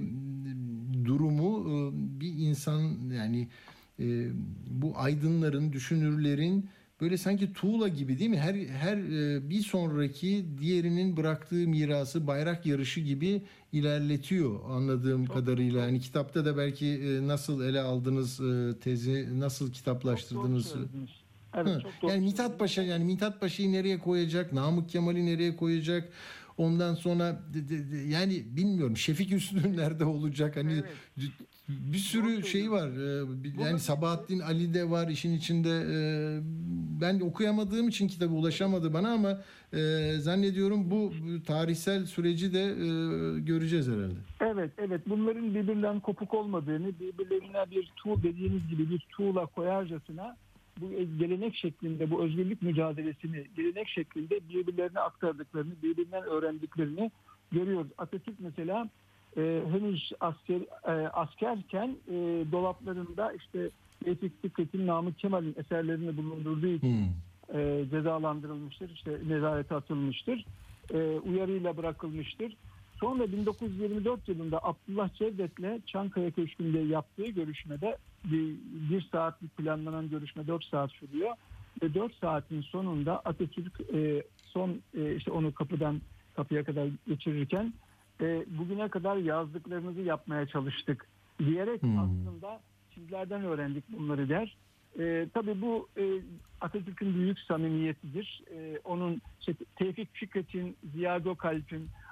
B: durumu e, bir insan yani e, bu aydınların, düşünürlerin böyle sanki tuğla gibi değil mi? Her her e, bir sonraki diğerinin bıraktığı mirası bayrak yarışı gibi ilerletiyor anladığım
K: Çok,
B: kadarıyla.
K: çok.
B: Yani kitapta da belki e, nasıl ele aldınız e, tezi, nasıl kitaplaştırdınız?
K: Çok doğru söylediniz. Evet,
B: Hı.
K: çok doğru
B: Yani Mithat
K: söylediniz.
B: Paşa yani Mithat Paşa'yı nereye koyacak? Namık Kemal'i nereye koyacak? Ondan sonra de- de- de- yani bilmiyorum Şefik Üstün nerede olacak? Hani
K: Evet.
B: bir sürü
K: Doğru
B: şey var. Ee, bir- Yani
K: Bunun-
B: Sabahattin Ali de var işin içinde. Ee, Ben okuyamadığım için kitabı ulaşamadı bana ama e, zannediyorum bu bu tarihsel süreci de e, göreceğiz herhalde.
K: Evet, evet. Bunların birbirinden kopuk olmadığını, birbirlerine bir tuğ dediğiniz gibi bir tuğla koyarcasına bu gelenek şeklinde, bu özgürlük mücadelesini gelenek şeklinde birbirlerine aktardıklarını, birbirinden öğrendiklerini görüyoruz. Atatürk mesela e, henüz asker e, askerken e, dolaplarında işte Tevfik Fikret'in, Namık Kemal'in eserlerini bulundurduğu için
B: Hmm.
K: e, cezalandırılmıştır. İşte nezarete atılmıştır. E, uyarıyla bırakılmıştır. Sonra bin dokuz yüz yirmi dört yılında Abdullah Cevdet'le Çankaya Köşkü'nde yaptığı görüşmede bir, bir saatlik planlanan görüşme dört saat sürüyor. Ve dört saatin sonunda Atatürk e, son e, işte onu kapıdan kapıya kadar geçirirken e, bugüne kadar yazdıklarınızı yapmaya çalıştık diyerek
B: Hmm.
K: aslında sizlerden öğrendik bunları der. E, tabii bu e, Atatürk'ün büyük samimiyetidir. E, onun işte, Tevfik Fikret'in, Ziya Gökalp'in,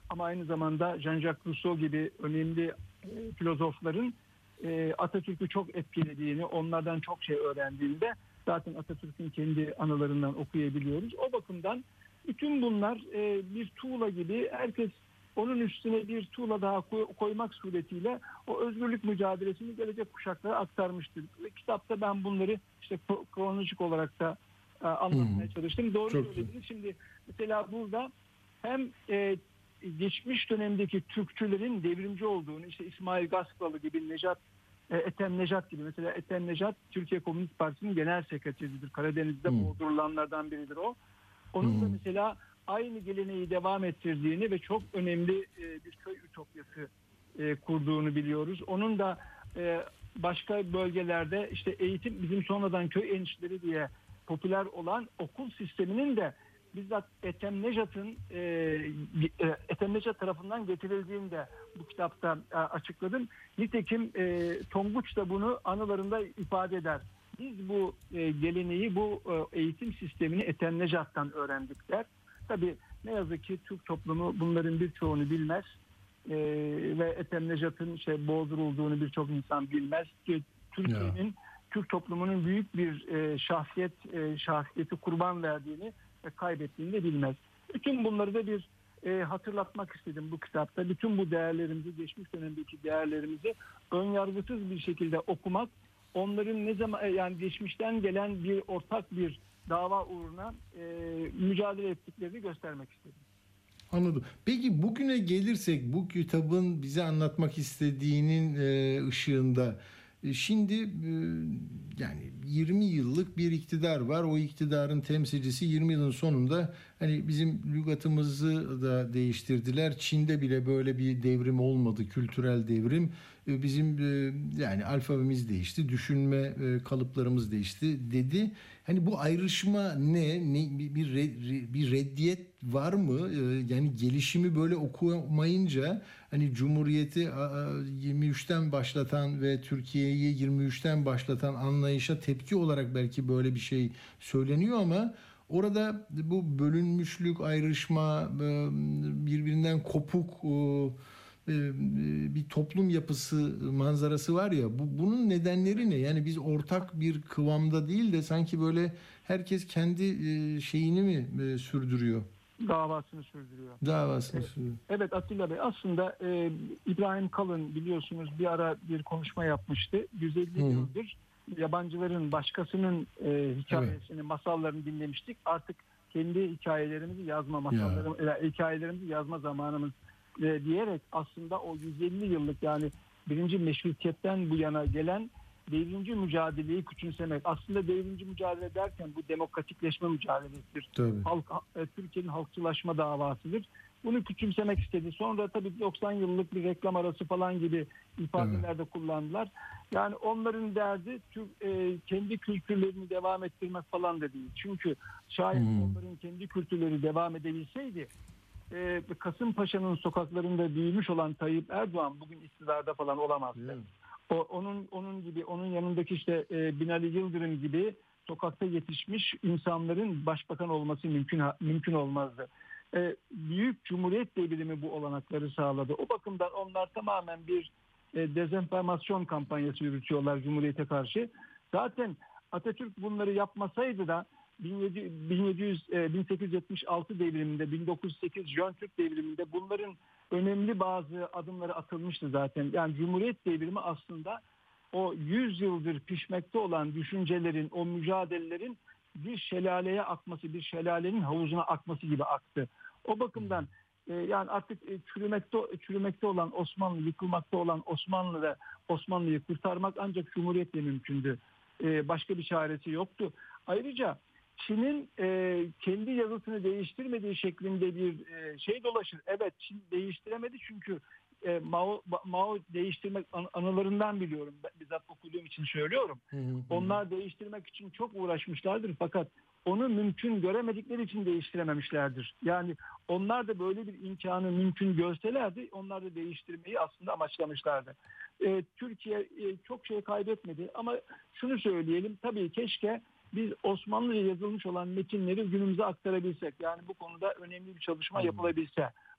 K: ama aynı zamanda Jean-Jacques Rousseau gibi önemli e, filozofların e, Atatürk'ü çok etkilediğini, onlardan çok şey öğrendiğinde zaten Atatürk'ün kendi anılarından okuyabiliyoruz. O bakımdan bütün bunlar e, bir tuğla gibi, herkes onun üstüne bir tuğla daha koy, koymak suretiyle o özgürlük mücadelesini gelecek kuşaklara aktarmıştır. Ve kitapta ben bunları işte kronolojik olarak da e, anlatmaya hmm. çalıştım. Doğru söylediniz. Şimdi mesela burada hem e, geçmiş dönemdeki Türkçülerin devrimci olduğunu, işte İsmail Gaspıralı gibi, Necat e, Ethem Necat gibi, mesela Ethem Necat Türkiye Komünist Partisi'nin genel sekreteridir. Karadeniz'de hmm. boğdurulanlardan biridir o. Onun hmm. da mesela aynı geleneği devam ettirdiğini ve çok önemli e, bir köy ütopyası e, kurduğunu biliyoruz. Onun da e, başka bölgelerde işte eğitim, bizim sonradan köy enişleri diye popüler olan okul sisteminin de bizzat Ethem Necat'ın e, e, Ethem Necat tarafından getirildiğini de bu kitapta e, açıkladım. Nitekim e, Tonguç da bunu anılarında ifade eder. Biz bu e, geleneği, bu e, eğitim sistemini Ethem Necat'tan öğrendik der. Tabii ne yazık ki Türk toplumu bunların birçoğunu bilmez ee, ve Ethem Necat'ın şey, boğdurulduğunu birçok insan bilmez. Türkiye'nin, Türk toplumunun büyük bir e, şahsiyet e, şahsiyeti kurban verdiğini ve kaybettiğini de bilmez. Bütün bunları da bir e, hatırlatmak istedim bu kitapta. Bütün bu değerlerimizi, geçmiş dönemdeki değerlerimizi önyargısız bir şekilde okumak, onların ne zaman, yani geçmişten gelen bir ortak bir dava uğruna e, mücadele ettiklerini göstermek istedim.
B: Anladım. Peki bugüne gelirsek, bu kitabın bize anlatmak istediğinin e, ışığında e, şimdi e, yani yirmi yıllık bir iktidar var. O iktidarın temsilcisi yirmi yılın sonunda hani bizim lügatımızı da değiştirdiler. Çin'de bile böyle bir devrim olmadı, kültürel devrim. E, bizim e, yani alfabemiz değişti, düşünme e, kalıplarımız değişti dedi. Hani bu ayrışma ne? ne bir red, bir reddiyet var mı? Yani gelişimi böyle okumayınca hani Cumhuriyeti yirmi üçten başlatan ve Türkiye'yi yirmi üçten başlatan anlayışa tepki olarak belki böyle bir şey söyleniyor ama orada bu bölünmüşlük, ayrışma, birbirinden kopuk bir toplum yapısı, manzarası var ya, bu, bunun nedenleri ne? Yani biz ortak bir kıvamda değil de sanki böyle herkes kendi şeyini mi sürdürüyor?
K: Davasını sürdürüyor.
B: Davasını
K: evet.
B: sürdürüyor.
K: Evet Atilla Bey, aslında e, İbrahim Kalın biliyorsunuz bir ara bir konuşma yapmıştı. yüz elli Hı. yıldır yabancıların, başkasının e, hikayesini, evet. masallarını dinlemiştik. Artık kendi hikayelerimizi yazma masallarımız, ya. hikayelerimizi yazma zamanımız e, diyerek aslında o yüz elli yıllık, yani birinci meşrutiyetten bu yana gelen devrimci mücadeleyi küçümsemek. Aslında devrimci mücadele derken bu demokratikleşme mücadelesidir. Halk, e, Türkiye'nin halkçılaşma davasıdır. Bunu küçümsemek istedi. Sonra tabii doksan yıllık bir reklam arası falan gibi ifadelerde evet. kullandılar. Yani onların derdi Türk, e, kendi kültürlerini devam ettirmek falan da değil. Çünkü şayet hmm. onların kendi kültürleri devam edebilseydi, e, Kasımpaşa'nın sokaklarında büyümüş olan Tayyip Erdoğan bugün iktidarda falan olamazdı. Evet. O, onun onun gibi, onun yanındaki işte e, Binali Yıldırım gibi sokakta yetişmiş insanların başbakan olması mümkün mümkün olmazdı. E, büyük Cumhuriyet devrimi bu olanakları sağladı. O bakımdan onlar tamamen bir e, dezenformasyon kampanyası yürütüyorlar Cumhuriyet'e karşı. Zaten Atatürk bunları yapmasaydı da bin yedi yüz, bin sekiz yüz yetmiş altı devriminde, bin dokuz yüz sekiz Jön Türk devriminde bunların önemli bazı adımları atılmıştı zaten. Yani Cumhuriyet devrimi aslında o yüz yıldır pişmekte olan düşüncelerin, o mücadelelerin bir şelaleye akması, bir şelalenin havuzuna akması gibi aktı. O bakımdan e, yani artık e, çürümekte, çürümekte olan Osmanlı, yıkılmakta olan Osmanlı ve Osmanlı'yı kurtarmak ancak Cumhuriyetle mümkündü. E, başka bir çaresi yoktu. Ayrıca Çin'in e, kendi yazısını değiştirmediği şeklinde bir e, şey dolaşır. Evet, Çin değiştiremedi çünkü e, Mao, Mao değiştirmek an, anılarından biliyorum. Ben, bizzat okuduğum için söylüyorum. Hı hı. Onlar değiştirmek için çok uğraşmışlardır fakat onu mümkün göremedikleri için değiştirememişlerdir. Yani onlar da böyle bir imkanı mümkün görselerdi, onlar da değiştirmeyi aslında amaçlamışlardı. E, Türkiye e, çok şey kaybetmedi ama şunu söyleyelim, tabii keşke biz Osmanlı'ya yazılmış olan metinleri günümüze aktarabilsek. Yani bu konuda önemli bir çalışma yapılabilse.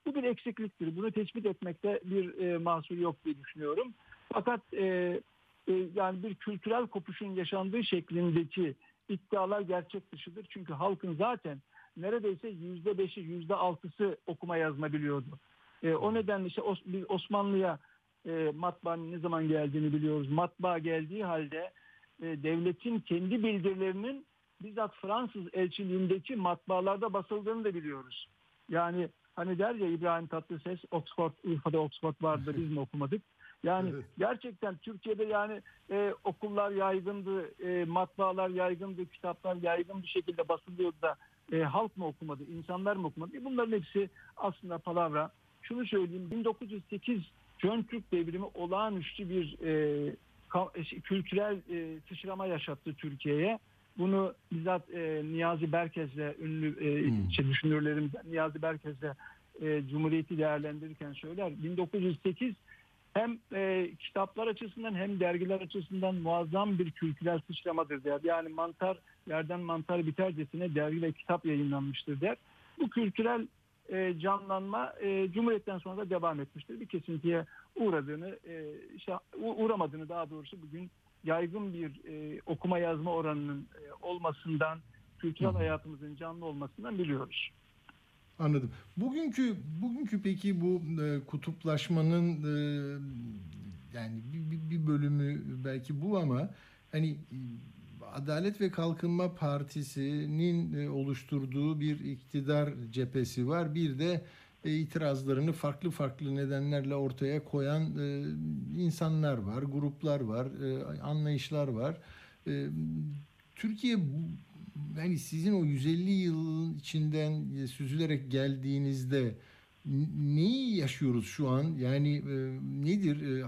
K: Bu bir eksikliktir. Bunu tespit etmekte bir e, mahsur yok diye düşünüyorum. Fakat e, e, yani bir kültürel kopuşun yaşandığı şeklindeki iddialar gerçek dışıdır. Çünkü halkın zaten neredeyse yüzde beşi, yüzde altısı okuma yazma biliyordu. E, o nedenle işte Os- biz Osmanlı'ya e, matbaanın ne zaman geldiğini biliyoruz. Matbaa geldiği halde e, devletin kendi bildirilerinin bizzat Fransız elçiliğindeki matbaalarda basıldığını da biliyoruz. Yani hani der ya İbrahim Tatlıses, Oxford, Urfa'da Oxford vardı da biz mi okumadık? Yani evet. Gerçekten Türkiye'de yani e, okullar yaygındı, e, matbaalar yaygındı, kitaplar yaygın bir şekilde basılıyordu da e, halk mı okumadı, insanlar mı okumadı? E, bunların hepsi aslında palavra. Şunu söyleyeyim, bin dokuz yüz sekiz Jön Türk devrimi olağanüstü bir e, ka- kültürel e, sıçrama yaşattı Türkiye'ye. Bunu bizzat e, Niyazi Berkez'le ünlü e, hmm. şey, düşünürlerimden Niyazi Berkez'le e, Cumhuriyeti değerlendirirken söyler. bin dokuz yüz sekiz hem e, kitaplar açısından hem dergiler açısından muazzam bir kültürel sıçramadır der. Yani mantar yerden mantar bitercesine dergi ve kitap yayınlanmıştır der. Bu kültürel e, canlanma e, Cumhuriyet'ten sonra da devam etmiştir. Bir kesintiye uğradığını, e, işte, uğramadığını daha doğrusu bugün yaygın bir e, okuma yazma oranının e, olmasından, kültürel hayatımızın canlı olmasından biliyoruz.
B: Anladım. Bugünkü bugünkü peki bu e, kutuplaşmanın e, yani bir, bir bölümü belki bu ama hani e, Adalet ve Kalkınma Partisi'nin e, oluşturduğu bir iktidar cephesi var. Bir de e, itirazlarını farklı farklı nedenlerle ortaya koyan e, insanlar var, gruplar var, e, anlayışlar var. E, Türkiye yani sizin o yüz elli yıl içinden süzülerek geldiğinizde neyi yaşıyoruz şu an? Yani e, nedir? E,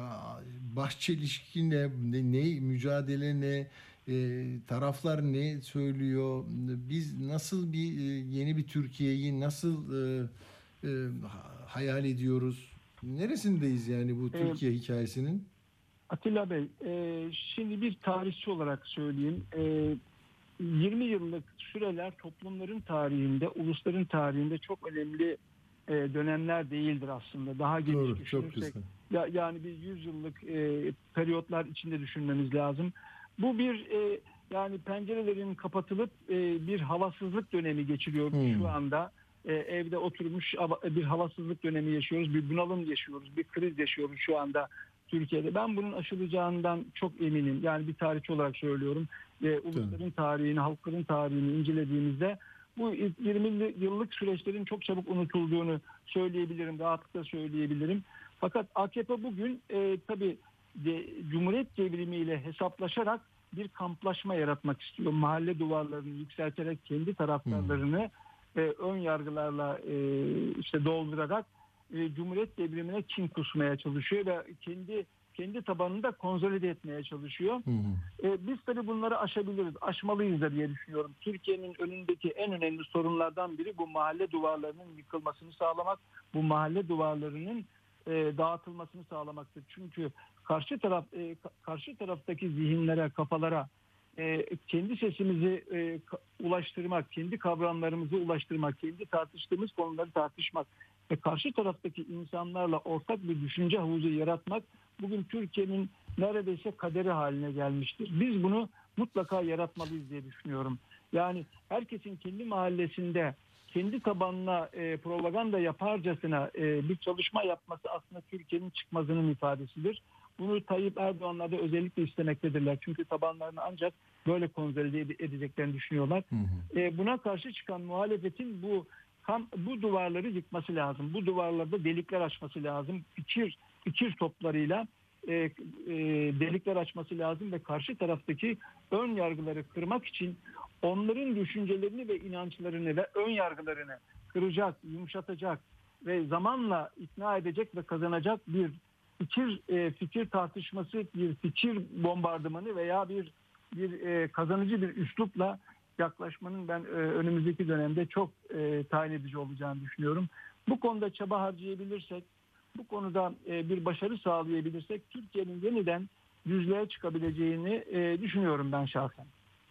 B: baş çelişki ne? Ne, ne mücadele ne? E, taraflar ne söylüyor? Biz nasıl bir e, yeni bir Türkiye'yi nasıl e, e, hayal ediyoruz? Neresindeyiz yani bu Türkiye evet. hikayesinin?
K: Atilla Bey, e, şimdi bir tarihçi olarak söyleyeyim. E, yirmi yıllık süreler toplumların tarihinde, ulusların tarihinde çok önemli e, dönemler değildir aslında. Daha geniş Doğru, düşünürsek, ya, yani bir yüz yıllık e, periyotlar içinde düşünmemiz lazım. Bu bir e, yani pencerelerin kapatılıp e, bir havasızlık dönemi geçiriyoruz hmm. şu anda. E, evde oturmuş bir havasızlık dönemi yaşıyoruz, bir bunalım yaşıyoruz, bir kriz yaşıyoruz şu anda Türkiye'de. Ben bunun aşılacağından çok eminim. Yani bir tarihçi olarak söylüyorum. E, ulusların tarihini, halkların tarihini incelediğimizde bu yirmi yıllık süreçlerin çok çabuk unutulduğunu söyleyebilirim. Rahatlıkla söyleyebilirim. Fakat A K P bugün e, tabii de, Cumhuriyet devrimiyle hesaplaşarak bir kamplaşma yaratmak istiyor. Mahalle duvarlarını yükselterek kendi taraftarlarını hmm. e, ön yargılarla e, işte doldurarak e, Cumhuriyet devrimine kin kusmaya çalışıyor ve kendi kendi tabanını da konsolide etmeye çalışıyor. Hı hı. E, biz tabii bunları aşabiliriz, aşmalıyız da diye düşünüyorum. Türkiye'nin önündeki en önemli sorunlardan biri bu mahalle duvarlarının yıkılmasını sağlamak, bu mahalle duvarlarının e, dağıtılmasını sağlamaktır. Çünkü karşı taraf e, karşı taraftaki zihinlere, kafalara e, kendi sesimizi e, ulaştırmak, kendi kavramlarımızı ulaştırmak, kendi tartıştığımız konuları tartışmak ve karşı taraftaki insanlarla ortak bir düşünce havuzu yaratmak bugün Türkiye'nin neredeyse kaderi haline gelmiştir. Biz bunu mutlaka yaratmalıyız diye düşünüyorum. Yani herkesin kendi mahallesinde kendi tabanına e, propaganda yaparcasına e, bir çalışma yapması aslında Türkiye'nin çıkmazının ifadesidir. Bunu Tayyip Erdoğan'la da özellikle istemektedirler. Çünkü tabanlarını ancak böyle konsolide edeceklerini düşünüyorlar. Hı hı. E, buna karşı çıkan muhalefetin bu tam bu duvarları yıkması lazım. Bu duvarlarda delikler açması lazım. Fikir fikir toplarıyla e, e, delikler açması lazım ve karşı taraftaki ön yargıları kırmak için onların düşüncelerini ve inançlarını ve ön yargılarını kıracak, yumuşatacak ve zamanla ikna edecek ve kazanacak bir fikir e, fikir tartışması, bir fikir bombardımanı veya bir bir e, kazanıcı bir üslupla yaklaşmanın ben e, önümüzdeki dönemde çok e, tayin edici olacağını düşünüyorum. Bu konuda çaba harcayabilirsek, bu konuda e, bir başarı sağlayabilirsek Türkiye'nin yeniden yüzlüğe çıkabileceğini e, düşünüyorum ben şahsen.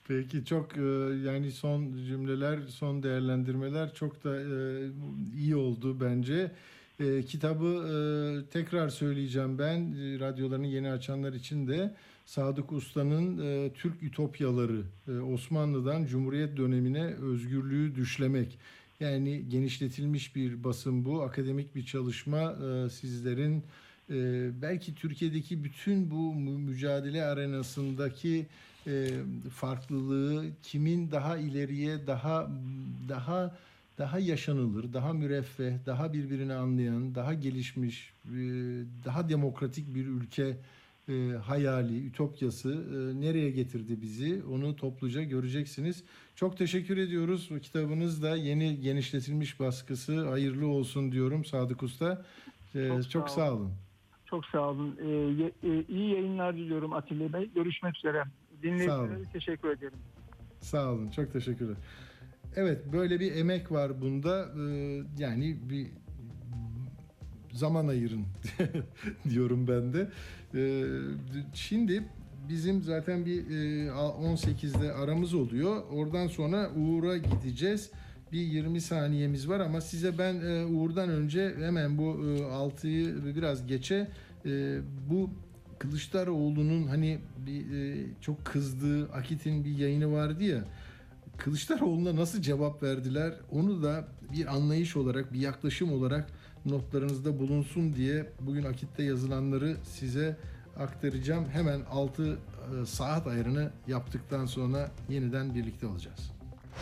B: Peki çok e, yani son cümleler, son değerlendirmeler çok da e, iyi oldu bence. E, kitabı e, tekrar söyleyeceğim ben, e, radyolarını yeni açanlar için de Sadık Usta'nın e, Türk Ütopyaları, e, Osmanlı'dan Cumhuriyet dönemine özgürlüğü düşlemek. Yani genişletilmiş bir basın bu, akademik bir çalışma. E, sizlerin e, belki Türkiye'deki bütün bu mücadele arenasındaki e, farklılığı, kimin daha ileriye, daha daha daha yaşanılır, daha müreffeh, daha birbirini anlayan, daha gelişmiş, e, daha demokratik bir ülke e, hayali, ütopyası e, nereye getirdi bizi, onu topluca göreceksiniz. Çok teşekkür ediyoruz. Bu kitabınız da yeni genişletilmiş baskısı hayırlı olsun diyorum Sadık Usta. E, çok, çok sağ olun.
K: Çok sağ olun. Ee, ye, e, iyi yayınlar diliyorum Atilla Bey. Görüşmek üzere. Dinleyicilere teşekkür ederim.
B: Sağ olun. Çok teşekkürler. Evet, böyle bir emek var bunda. Ee, yani bir zaman ayırın diyorum ben de. Ee, şimdi bizim zaten bir e, on sekizde aramız oluyor. Oradan sonra Uğur'a gideceğiz. Bir yirmi saniyemiz var ama size ben e, Uğur'dan önce hemen bu e, altıyı biraz geçe e, bu Kılıçdaroğlu'nun hani bir e, çok kızdığı Akit'in bir yayını vardı ya. Kılıçdaroğlu'na nasıl cevap verdiler? Onu da bir anlayış olarak, bir yaklaşım olarak notlarınızda bulunsun diye bugün Akit'te yazılanları size aktaracağım. Hemen altı e, saat ayarını yaptıktan sonra yeniden birlikte olacağız.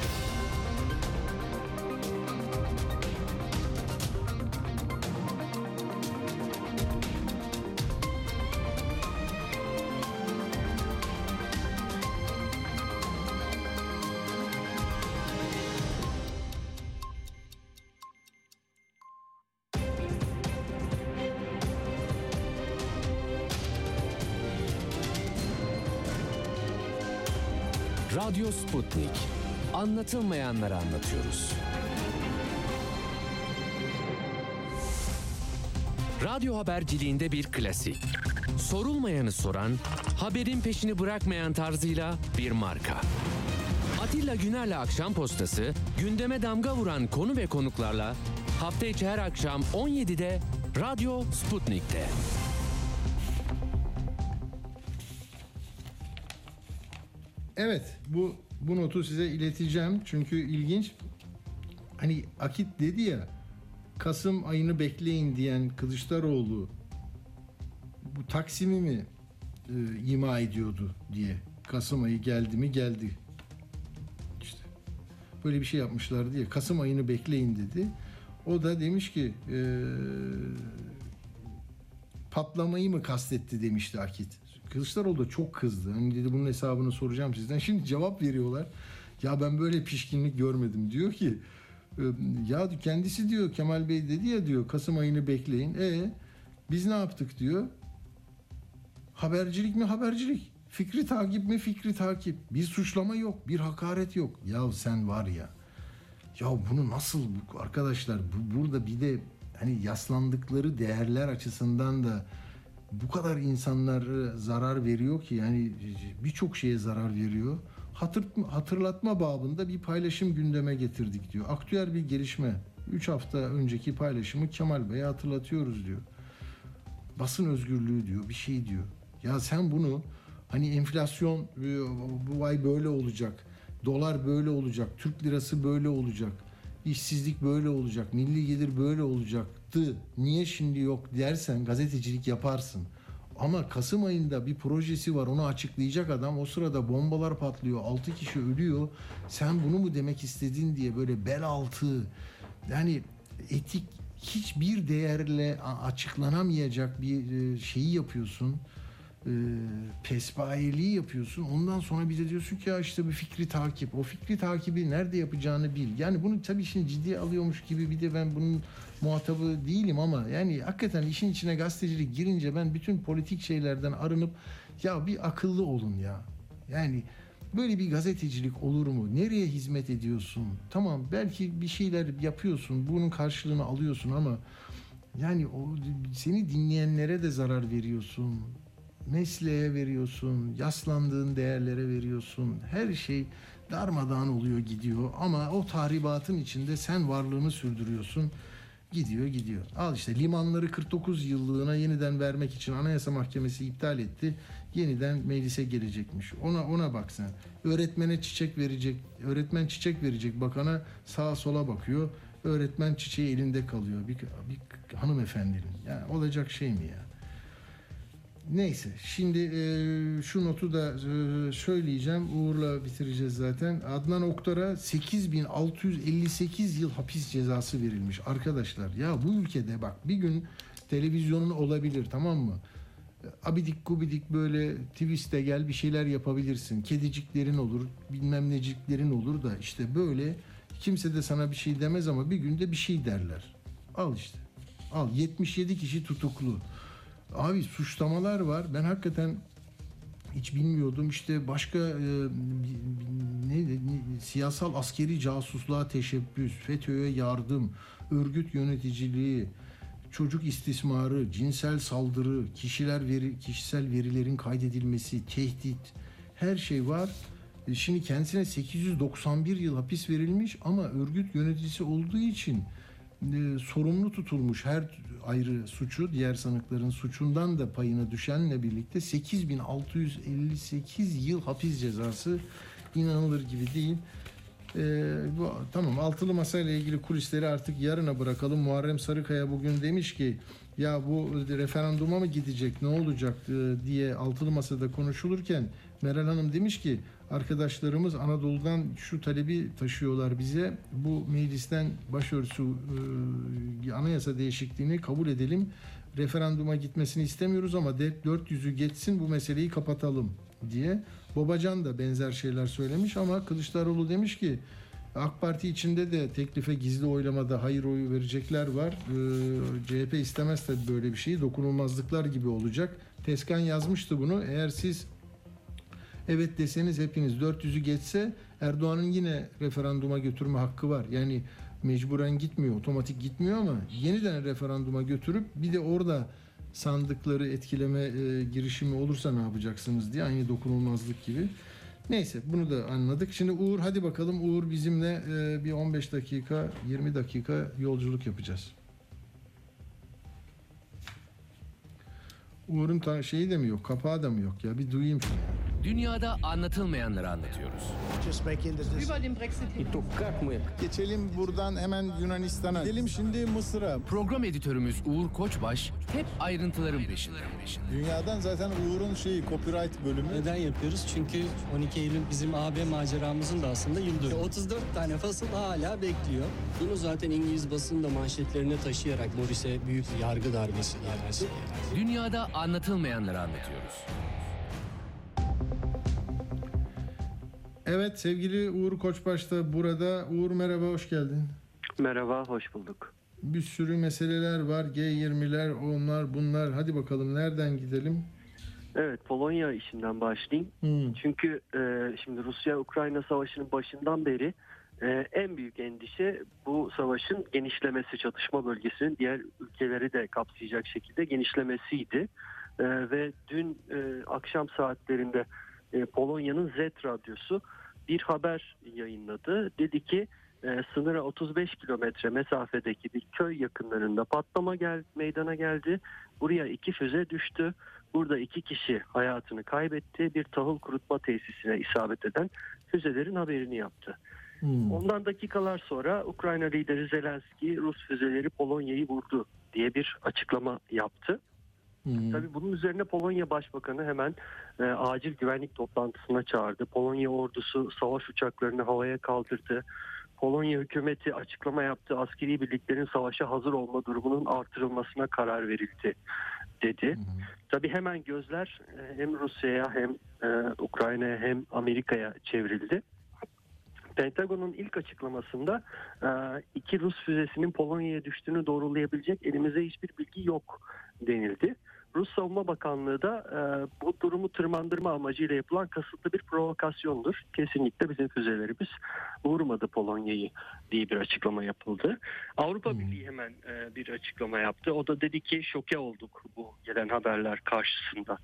A: Radyo Sputnik. Anlatılmayanları anlatıyoruz. Radyo haberciliğinde bir klasik. Sorulmayanı soran, haberin peşini bırakmayan tarzıyla bir marka. Atilla Güner'le Akşam Postası, gündeme damga vuran konu ve konuklarla hafta içi her akşam on yedide Radyo Sputnik'te.
B: Evet, bu bu notu size ileteceğim çünkü ilginç. Hani Akit dedi ya, Kasım ayını bekleyin diyen Kılıçdaroğlu bu Taksim'i mi e, ima ediyordu diye. Kasım ayı geldi mi geldi. İşte böyle bir şey yapmışlar diye. Kasım ayını bekleyin dedi. O da demiş ki e, patlamayı mı kastetti demişti Akit. Kılıçdaroğlu da çok kızdı. Hani dedi bunun hesabını soracağım sizden. Şimdi cevap veriyorlar. Ya ben böyle pişkinlik görmedim. Diyor ki ya kendisi diyor Kemal Bey dedi ya diyor Kasım ayını bekleyin. E biz ne yaptık diyor. Habercilik mi habercilik. Fikri takip mi fikri takip. Bir suçlama yok. Bir hakaret yok. Ya sen var ya. Ya bunu nasıl arkadaşlar bu, burada bir de hani yaslandıkları değerler açısından da bu kadar insanlara zarar veriyor ki yani birçok şeye zarar veriyor. Hatır, hatırlatma babında bir paylaşım gündeme getirdik diyor. Aktüel bir gelişme. Üç hafta önceki paylaşımı Kemal Bey'e hatırlatıyoruz diyor. Basın özgürlüğü diyor, bir şey diyor. Ya sen bunu hani enflasyon bu ay böyle olacak, dolar böyle olacak, Türk lirası böyle olacak, işsizlik böyle olacak, milli gelir böyle olacaktı. Niye şimdi yok dersen gazetecilik yaparsın. Ama Kasım ayında bir projesi var, onu açıklayacak adam. O sırada bombalar patlıyor, altı kişi ölüyor. Sen bunu mu demek istedin diye böyle bel altı, yani etik hiçbir değerle açıklanamayacak bir şeyi yapıyorsun. E, pesbayeliği yapıyorsun. Ondan sonra bize diyorsun ki ya işte bir fikri takip. O fikri takibi nerede yapacağını bil. Yani bunu tabii şimdi ciddiye alıyormuş gibi bir de ben bunun muhatabı değilim ama yani hakikaten işin içine gazetecilik girince ben bütün politik şeylerden arınıp ya bir akıllı olun ya. Yani böyle bir gazetecilik olur mu? Nereye hizmet ediyorsun? Tamam belki bir şeyler yapıyorsun. Bunun karşılığını alıyorsun ama yani o seni dinleyenlere de zarar veriyorsun. mesleğe veriyorsun, yaslandığın değerlere veriyorsun. Her şey darmadağın oluyor, gidiyor. Ama o tahribatın içinde sen varlığını sürdürüyorsun. Gidiyor gidiyor. Al işte limanları kırk dokuz yıllığına yeniden vermek için Anayasa Mahkemesi iptal etti. Yeniden meclise gelecekmiş. Ona ona bak sen. Öğretmene çiçek verecek. Öğretmen çiçek verecek bakana, sağa sola bakıyor. Öğretmen çiçeği elinde kalıyor. Bir, bir hanımefendinin. Yani olacak şey mi ya? Neyse. Şimdi e, şu notu da e, söyleyeceğim. Uğur'la bitireceğiz zaten. Adnan Oktar'a sekiz bin altı yüz elli sekiz yıl hapis cezası verilmiş. Arkadaşlar ya bu ülkede bak bir gün televizyonun olabilir, tamam mı? Abidik gubidik böyle twist'e gel bir şeyler yapabilirsin. Kediciklerin olur, bilmem neciklerin olur da işte böyle kimse de sana bir şey demez ama bir günde bir şey derler. Al işte. Al yetmiş yedi kişi tutuklu. Abi suçlamalar var. Ben hakikaten hiç bilmiyordum. İşte başka e, ne, ne siyasal askeri casusluğa teşebbüs, FETÖ'ye yardım, örgüt yöneticiliği, çocuk istismarı, cinsel saldırı, kişiler veri, kişisel verilerin kaydedilmesi, tehdit, her şey var. Şimdi kendisine sekiz yüz doksan bir yıl hapis verilmiş ama örgüt yöneticisi olduğu için e, sorumlu tutulmuş her ayrı suçu, diğer sanıkların suçundan da payına düşenle birlikte sekiz bin altı yüz elli sekiz yıl hapis cezası inanılır gibi değil. Ee, bu, tamam, altılı masa ile ilgili kulisleri artık yarına bırakalım. Muharrem Sarıkaya bugün demiş ki ya bu referanduma mı gidecek, ne olacak e, diye altılı masada konuşulurken Meral Hanım demiş ki arkadaşlarımız Anadolu'dan şu talebi taşıyorlar bize, bu meclisten başörtüsü e, anayasa değişikliğini kabul edelim, referanduma gitmesini istemiyoruz ama dört yüzü geçsin, bu meseleyi kapatalım diye. Babacan da benzer şeyler söylemiş ama Kılıçdaroğlu demiş ki AK Parti içinde de teklife gizli oylamada hayır oyu verecekler var. Ee, C H P istemez tabii böyle bir şeyi. Dokunulmazlıklar gibi olacak. Tezkan yazmıştı bunu. Eğer siz evet deseniz hepiniz dört yüzü geçse Erdoğan'ın yine referanduma götürme hakkı var. Yani mecburen gitmiyor, otomatik gitmiyor ama yeniden referanduma götürüp bir de orada sandıkları etkileme e, girişimi olursa ne yapacaksınız diye, aynı dokunulmazlık gibi. Neyse bunu da anladık. Şimdi Uğur, hadi bakalım Uğur bizimle e, bir on beş dakika yirmi dakika yolculuk yapacağız. Uğur'un ta- şeyi de mi yok, kapağı da mı yok ya, bir duyayım şunu.
A: Dünyada anlatılmayanları anlatıyoruz.
B: Geçelim buradan hemen Yunanistan'a. Gidelim şimdi Mısır'a.
A: Program editörümüz Uğur Koçbaş hep ayrıntıların peşinde.
B: Dünyadan zaten Uğur'un şeyi copyright bölümü.
L: Neden yapıyoruz? Çünkü on iki Eylül bizim A B maceramızın da aslında yıl dönümü. otuz dört tane fasıl hala bekliyor. Bunu zaten İngiliz basını da manşetlerine taşıyarak Morris'e büyük bir yargı darbesi gelmesi.
A: Dünyada anlatılmayanları anlatıyoruz.
B: Evet, sevgili Uğur Koçbaş da burada. Uğur merhaba, hoş geldin.
M: Merhaba, hoş bulduk.
B: Bir sürü meseleler var. G yirmiler, onlar, bunlar. Hadi bakalım nereden gidelim?
M: Evet, Polonya işinden başlayayım.
B: Hmm.
M: Çünkü e, şimdi Rusya-Ukrayna savaşının başından beri e, en büyük endişe bu savaşın genişlemesi, çatışma bölgesinin diğer ülkeleri de kapsayacak şekilde genişlemesiydi. E, ve dün e, akşam saatlerinde e, Polonya'nın Z radyosu bir haber yayınladı. Dedi ki e, sınıra otuz beş kilometre mesafedeki bir köy yakınlarında patlama gel, meydana geldi. Buraya iki füze düştü. Burada iki kişi hayatını kaybetti. Bir tahıl kurutma tesisine isabet eden füzelerin haberini yaptı. Hmm. Ondan dakikalar sonra Ukrayna lideri Zelenski Rus füzeleri Polonya'yı vurdu diye bir açıklama yaptı. Hmm. Tabii bunun üzerine Polonya Başbakanı hemen e, acil güvenlik toplantısına çağırdı. Polonya ordusu savaş uçaklarını havaya kaldırdı. Polonya hükümeti açıklama yaptı. Askeri birliklerin savaşa hazır olma durumunun artırılmasına karar verildi dedi. Hmm. Tabii hemen gözler e, hem Rusya'ya hem e, Ukrayna'ya hem Amerika'ya çevrildi. Pentagon'un ilk açıklamasında e, iki Rus füzesinin Polonya'ya düştüğünü doğrulayabilecek elimizde hiçbir bilgi yok denildi. Rus Savunma Bakanlığı da e, bu durumu tırmandırma amacıyla yapılan kasıtlı bir provokasyondur. Kesinlikle bizim füzelerimiz vurmadı Polonya'yı diye bir açıklama yapıldı. Avrupa hmm. Birliği hemen e, bir açıklama yaptı. O da dedi ki şoke olduk bu gelen haberler karşısında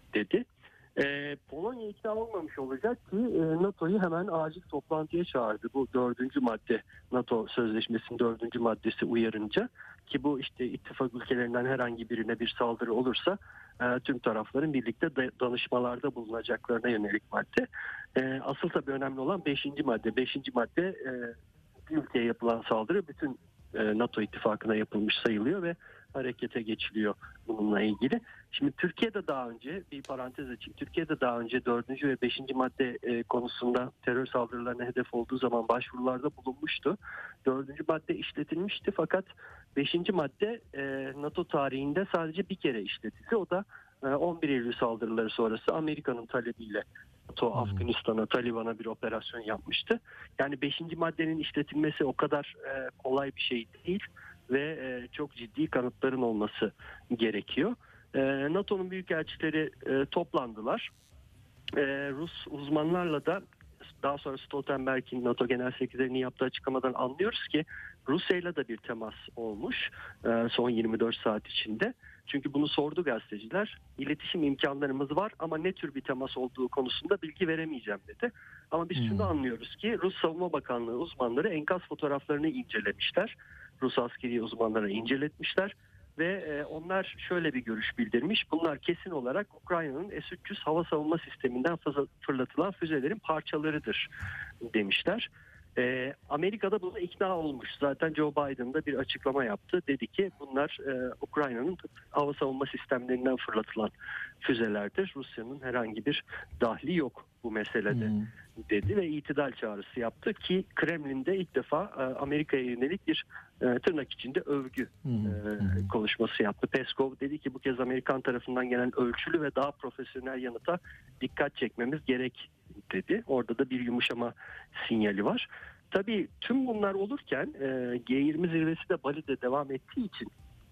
M: dedi. E, Polonya ikna olmamış olacak ki e, NATO'yu hemen acil toplantıya çağırdı. Bu dördüncü madde, NATO Sözleşmesi'nin dördüncü maddesi uyarınca, ki bu işte ittifak ülkelerinden herhangi birine bir saldırı olursa e, tüm tarafların birlikte da, danışmalarda bulunacaklarına yönelik madde. E, asıl tabii önemli olan beşinci madde. Beşinci madde e, bir ülkeye yapılan saldırı bütün e, NATO ittifakına yapılmış sayılıyor ve harekete geçiliyor bununla ilgili. Şimdi Türkiye'de daha önce, bir parantez açayım, Türkiye'de daha önce dördüncü ve beşinci madde e, konusunda terör saldırılarına hedef olduğu zaman başvurularda bulunmuştu. Dördüncü madde işletilmişti fakat beşinci madde e, NATO tarihinde sadece bir kere işletildi. O da e, on bir Eylül saldırıları sonrası Amerika'nın talebiyle NATO hmm. Afganistan'a, Taliban'a bir operasyon yapmıştı. Yani beşinci maddenin işletilmesi o kadar e, kolay bir şey değil ve e, çok ciddi kanıtların olması gerekiyor. E, NATO'nun büyükelçileri e, toplandılar. E, Rus uzmanlarla da daha sonra Stoltenberg'in NATO Genel Sekreterinin yaptığı açıklamadan anlıyoruz ki Rusya'yla da bir temas olmuş e, son yirmi dört saat içinde. Çünkü bunu sordu gazeteciler. İletişim imkanlarımız var ama ne tür bir temas olduğu konusunda bilgi veremeyeceğim dedi. Ama biz hmm. şunu anlıyoruz ki Rus Savunma Bakanlığı uzmanları enkaz fotoğraflarını incelemişler. Rus askeri uzmanlara inceletmişler ve onlar şöyle bir görüş bildirmiş. Bunlar kesin olarak Ukrayna'nın S üç yüz hava savunma sisteminden fırlatılan füzelerin parçalarıdır demişler. Ee, Amerika'da buna ikna olmuş. Zaten Joe Biden da bir açıklama yaptı. Dedi ki bunlar e, Ukrayna'nın hava savunma sistemlerinden fırlatılan füzelerdir. Rusya'nın herhangi bir dahli yok bu meselede hmm. dedi ve itidal çağrısı yaptı ki Kremlin'de ilk defa e, Amerika'ya yönelik bir e, tırnak içinde övgü hmm. e, konuşması yaptı. Peskov dedi ki bu kez Amerikan tarafından gelen ölçülü ve daha profesyonel yanıta dikkat çekmemiz gerek dedi. Orada da bir yumuşama sinyali var. Tabii tüm bunlar olurken e, G yirmi zirvesi de Bali'de devam ettiği için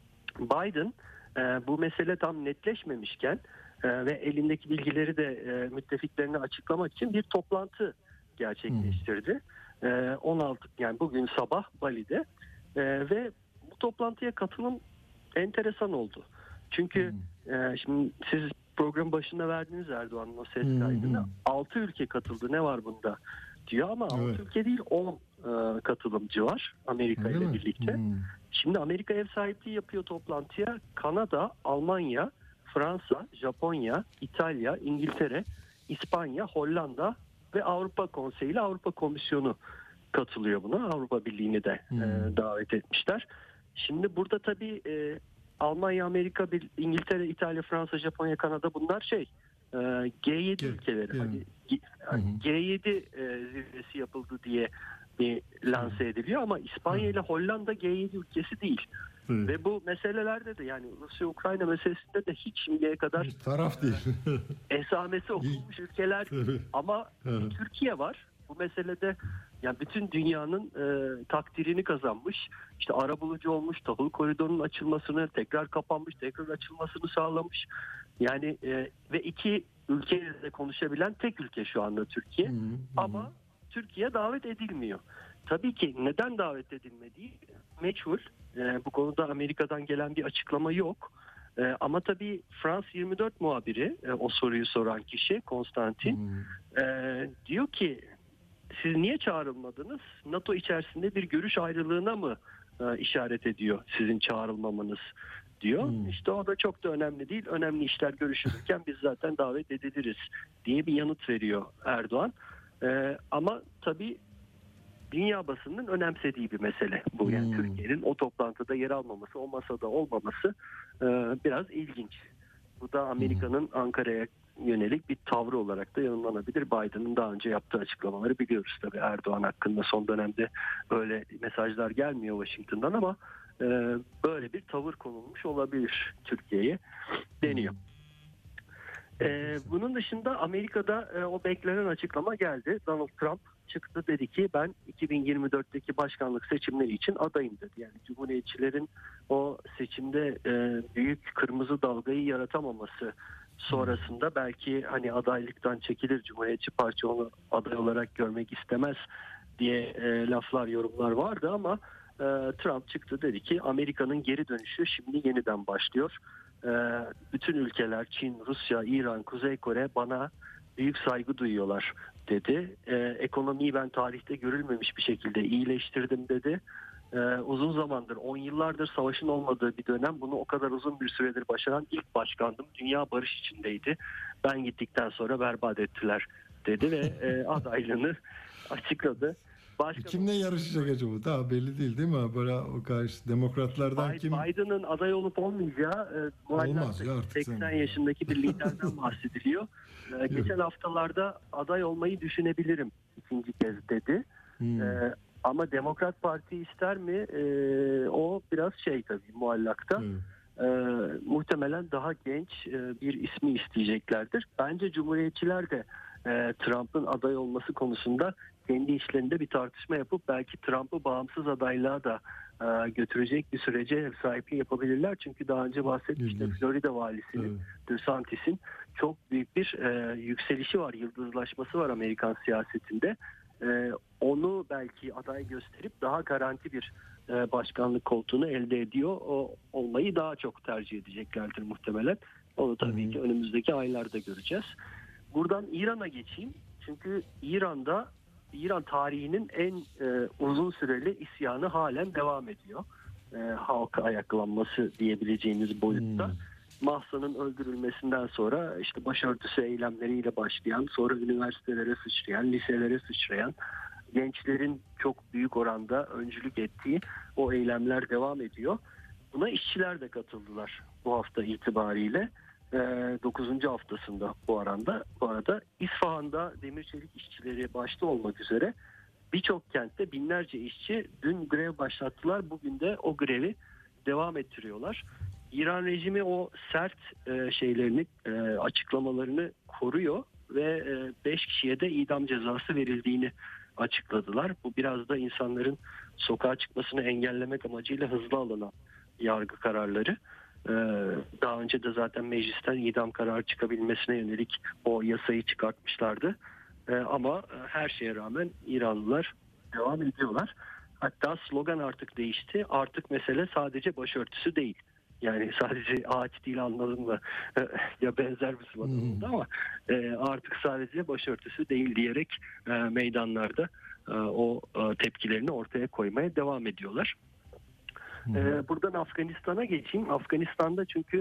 M: Biden e, bu mesele tam netleşmemişken e, ve elindeki bilgileri de e, müttefiklerine açıklamak için bir toplantı gerçekleştirdi. Hmm. E, on altı yani bugün sabah Bali'de e, ve bu toplantıya katılım enteresan oldu. Çünkü hmm. e, şimdi siz program başında verdiğiniz Erdoğan'ın o ses kaydını hmm. altı ülke katıldı, ne var bunda diyor ama evet. altı ülke değil on e, katılımcı var Amerika ile birlikte. Hmm. Şimdi Amerika ev sahipliği yapıyor toplantıya. Kanada, Almanya, Fransa, Japonya, İtalya, İngiltere, İspanya, Hollanda ve Avrupa Konseyi ile Avrupa Komisyonu katılıyor buna. Avrupa Birliği'ni de hmm. e, davet etmişler. Şimdi burada tabii e, Almanya, Amerika, İngiltere, İtalya, Fransa, Japonya, Kanada bunlar şey e, G yedi G, ülkeleri. G, hani, G, yani G yedi e, zirvesi yapıldı diye bir lanse ediliyor ama İspanya ile Hollanda G yedi ülkesi değil. Hı. Ve bu meselelerde de yani Rusya-Ukrayna meselesinde de hiç şimdiye kadar
B: bir taraf değil.
M: esamesi okunmuş ülkeler ama Hı. Türkiye var. Bu meselede yani bütün dünyanın e, takdirini kazanmış. İşte arabulucu olmuş, tahıl koridorunun açılmasını, tekrar kapanmış, tekrar açılmasını sağlamış. Yani e, ve iki ülkeyle de konuşabilen tek ülke şu anda Türkiye. Hı hı. Ama Türkiye davet edilmiyor. Tabii ki neden davet edilmediği meçhul. E, bu konuda Amerika'dan gelen bir açıklama yok. E, ama tabii Frans yirmi dört muhabiri, e, o soruyu soran kişi Konstantin hmm. e, diyor ki siz niye çağrılmadınız? NATO içerisinde bir görüş ayrılığına mı e, işaret ediyor sizin çağrılmamanız diyor. Hmm. İşte o da çok da önemli değil. Önemli işler görüşülürken biz zaten davet ediliriz diye bir yanıt veriyor Erdoğan. E, ama tabii dünya basının önemsediği bir mesele bu. Yani hmm. Türkiye'nin o toplantıda yer almaması, o masada olmaması e, biraz ilginç. Bu da Amerika'nın hmm. Ankara'ya yönelik bir tavrı olarak da yanımlanabilir. Biden'ın daha önce yaptığı açıklamaları biliyoruz tabii Erdoğan hakkında son dönemde öyle mesajlar gelmiyor Washington'dan ama e, böyle bir tavır konulmuş olabilir Türkiye'ye deniyor. Hmm. Ee, bunun dışında Amerika'da e, o beklenen açıklama geldi. Donald Trump çıktı, dedi ki ben iki bin yirmi dörtteki başkanlık seçimleri için adayım dedi. Yani Cumhuriyetçilerin o seçimde e, büyük kırmızı dalgayı yaratamaması sonrasında belki hani adaylıktan çekilir, Cumhuriyetçi Parti onu aday olarak görmek istemez diye e, laflar, yorumlar vardı ama Trump çıktı, dedi ki Amerika'nın geri dönüşü şimdi yeniden başlıyor. E, bütün ülkeler, Çin, Rusya, İran, Kuzey Kore bana büyük saygı duyuyorlar dedi. E, ekonomiyi ben tarihte görülmemiş bir şekilde iyileştirdim dedi. Ee, uzun zamandır, on yıllardır savaşın olmadığı bir dönem, bunu o kadar uzun bir süredir başaran ilk başkandım. Dünya barış içindeydi. Ben gittikten sonra berbat ettiler dedi ve e, adaylığını açıkladı. Başkan...
B: Kimle yarışacak acaba? Daha belli değil değil mi? Böyle o karşı demokratlardan
M: Biden,
B: kim?
M: Biden'ın aday olup olmayacağı e,
B: Olmaz ya artık
M: seksen
B: sen.
M: yaşındaki bir liderden bahsediliyor. E, geçen haftalarda aday olmayı düşünebilirim ikinci kez dedi.
B: Hmm.
M: E, Ama Demokrat Parti ister mi? Ee, o biraz şey tabii muallakta.
B: Hmm.
M: Ee, muhtemelen daha genç e, bir ismi isteyeceklerdir. Bence Cumhuriyetçiler de e, Trump'ın aday olması konusunda kendi işlerinde bir tartışma yapıp belki Trump'ı bağımsız adaylığa da e, götürecek bir sürece ev sahipliği yapabilirler. Çünkü daha önce bahsetmiştim, Florida valisinin, hmm. DeSantis'in çok büyük bir e, yükselişi var, yıldızlaşması var Amerikan siyasetinde. Ee, onu belki aday gösterip daha garanti bir e, başkanlık koltuğunu elde ediyor o, olmayı daha çok tercih edeceklerdir muhtemelen. Onu tabii hmm. ki önümüzdeki aylarda göreceğiz. Buradan İran'a geçeyim. Çünkü İran'da İran tarihinin en e, uzun süreli isyanı halen devam ediyor. E, halka ayaklanması diyebileceğimiz boyutta. Hmm. Mahsa'nın öldürülmesinden sonra işte başörtüsü eylemleriyle başlayan, sonra üniversitelere sıçrayan, liselere sıçrayan, gençlerin çok büyük oranda öncülük ettiği o eylemler devam ediyor. Buna işçiler de katıldılar bu hafta itibariyle. dokuzuncu haftasında bu arada. Bu arada İsfahan'da demir çelik işçileri başta olmak üzere birçok kentte binlerce işçi dün grev başlattılar. Bugün de o grevi devam ettiriyorlar. İran rejimi o sert e, şeylerini, e, açıklamalarını koruyor ve beş e, kişiye de idam cezası verildiğini açıkladılar. Bu biraz da insanların sokağa çıkmasını engellemek amacıyla hızlı alınan yargı kararları. E, daha önce de zaten meclisten idam kararı çıkabilmesine yönelik o yasayı çıkartmışlardı. E, ama her şeye rağmen İranlılar devam ediyorlar. Hatta slogan artık değişti. Artık mesele sadece başörtüsü değil. Yani sadece ağaç değil, anladın mı? Ya benzer bir slogan oldu hmm. ama e, artık sadece başörtüsü değil diyerek e, meydanlarda e, o e, tepkilerini ortaya koymaya devam ediyorlar. Hmm. E, buradan Afganistan'a geçeyim. Afganistan'da çünkü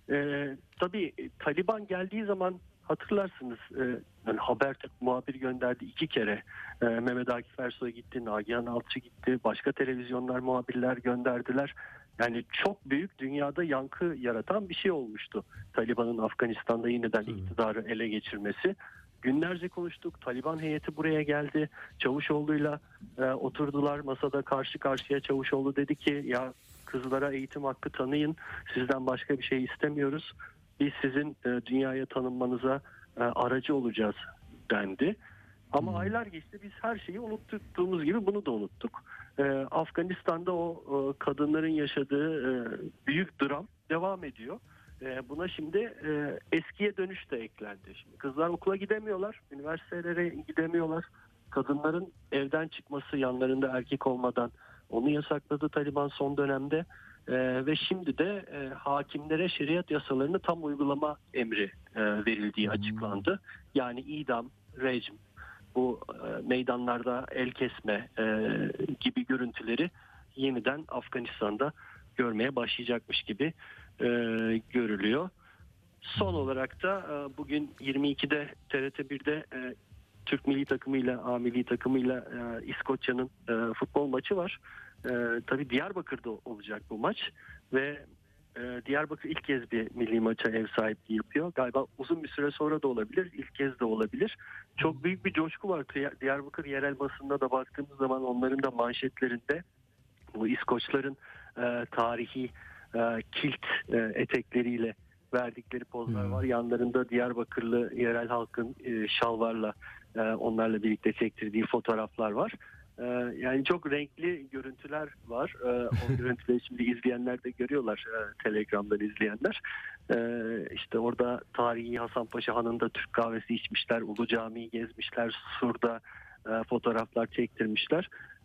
M: e, tabii Taliban geldiği zaman hatırlarsınız e, yani Habertürk muhabir gönderdi iki kere. E, Mehmet Akif Ersoy gitti, Nagihan Alçı gitti, başka televizyonlar muhabirler gönderdiler. Yani çok büyük, dünyada yankı yaratan bir şey olmuştu. Taliban'ın Afganistan'da yeniden iktidarı ele geçirmesi. Günlerce konuştuk. Taliban heyeti buraya geldi. Çavuşoğlu'yla e, oturdular masada karşı karşıya. Çavuşoğlu dedi ki ya kızlara eğitim hakkı tanıyın. Sizden başka bir şey istemiyoruz. Biz sizin e, dünyaya tanınmanıza e, aracı olacağız dendi. Ama hmm. aylar geçti, biz her şeyi unuttuğumuz gibi bunu da unuttuk. Ee, Afganistan'da o e, kadınların yaşadığı e, büyük dram devam ediyor. E, buna şimdi e, eskiye dönüş de eklendi. Şimdi kızlar okula gidemiyorlar, üniversitelere gidemiyorlar. Kadınların evden çıkması yanlarında erkek olmadan onu yasakladı Taliban son dönemde. E, ve şimdi de e, hakimlere şeriat yasalarını tam uygulama emri e, verildiği açıklandı. Yani idam, rejim, bu e, meydanlarda el kesme e, gibi görüntüleri yeniden Afganistan'da görmeye başlayacakmış gibi e, görülüyor. Son olarak da e, bugün yirmi ikide T R T bir'de e, Türk milli takımıyla, A milli takımıyla e, İskoçya'nın e, futbol maçı var. E, tabii Diyarbakır'da olacak bu maç ve e, Diyarbakır ilk kez bir milli maça ev sahipliği yapıyor. Galiba uzun bir süre sonra da olabilir, ilk kez de olabilir. Çok büyük bir coşku var. Diyarbakır yerel basında da baktığımız zaman onların da manşetlerinde bu İskoçların e, tarihi e, kilt e, etekleriyle verdikleri pozlar var. Yanlarında Diyarbakırlı yerel halkın e, şalvarla e, onlarla birlikte çektirdiği fotoğraflar var. E, yani çok renkli görüntüler var. E, o görüntüleri şimdi izleyenler de görüyorlar. E, Telegram'dan izleyenler. E, işte orada tarihi Hasanpaşa Hanı'nda Türk kahvesi içmişler. Ulu Cami'yi gezmişler. Sur'da e, fotoğraflar çektirmişler.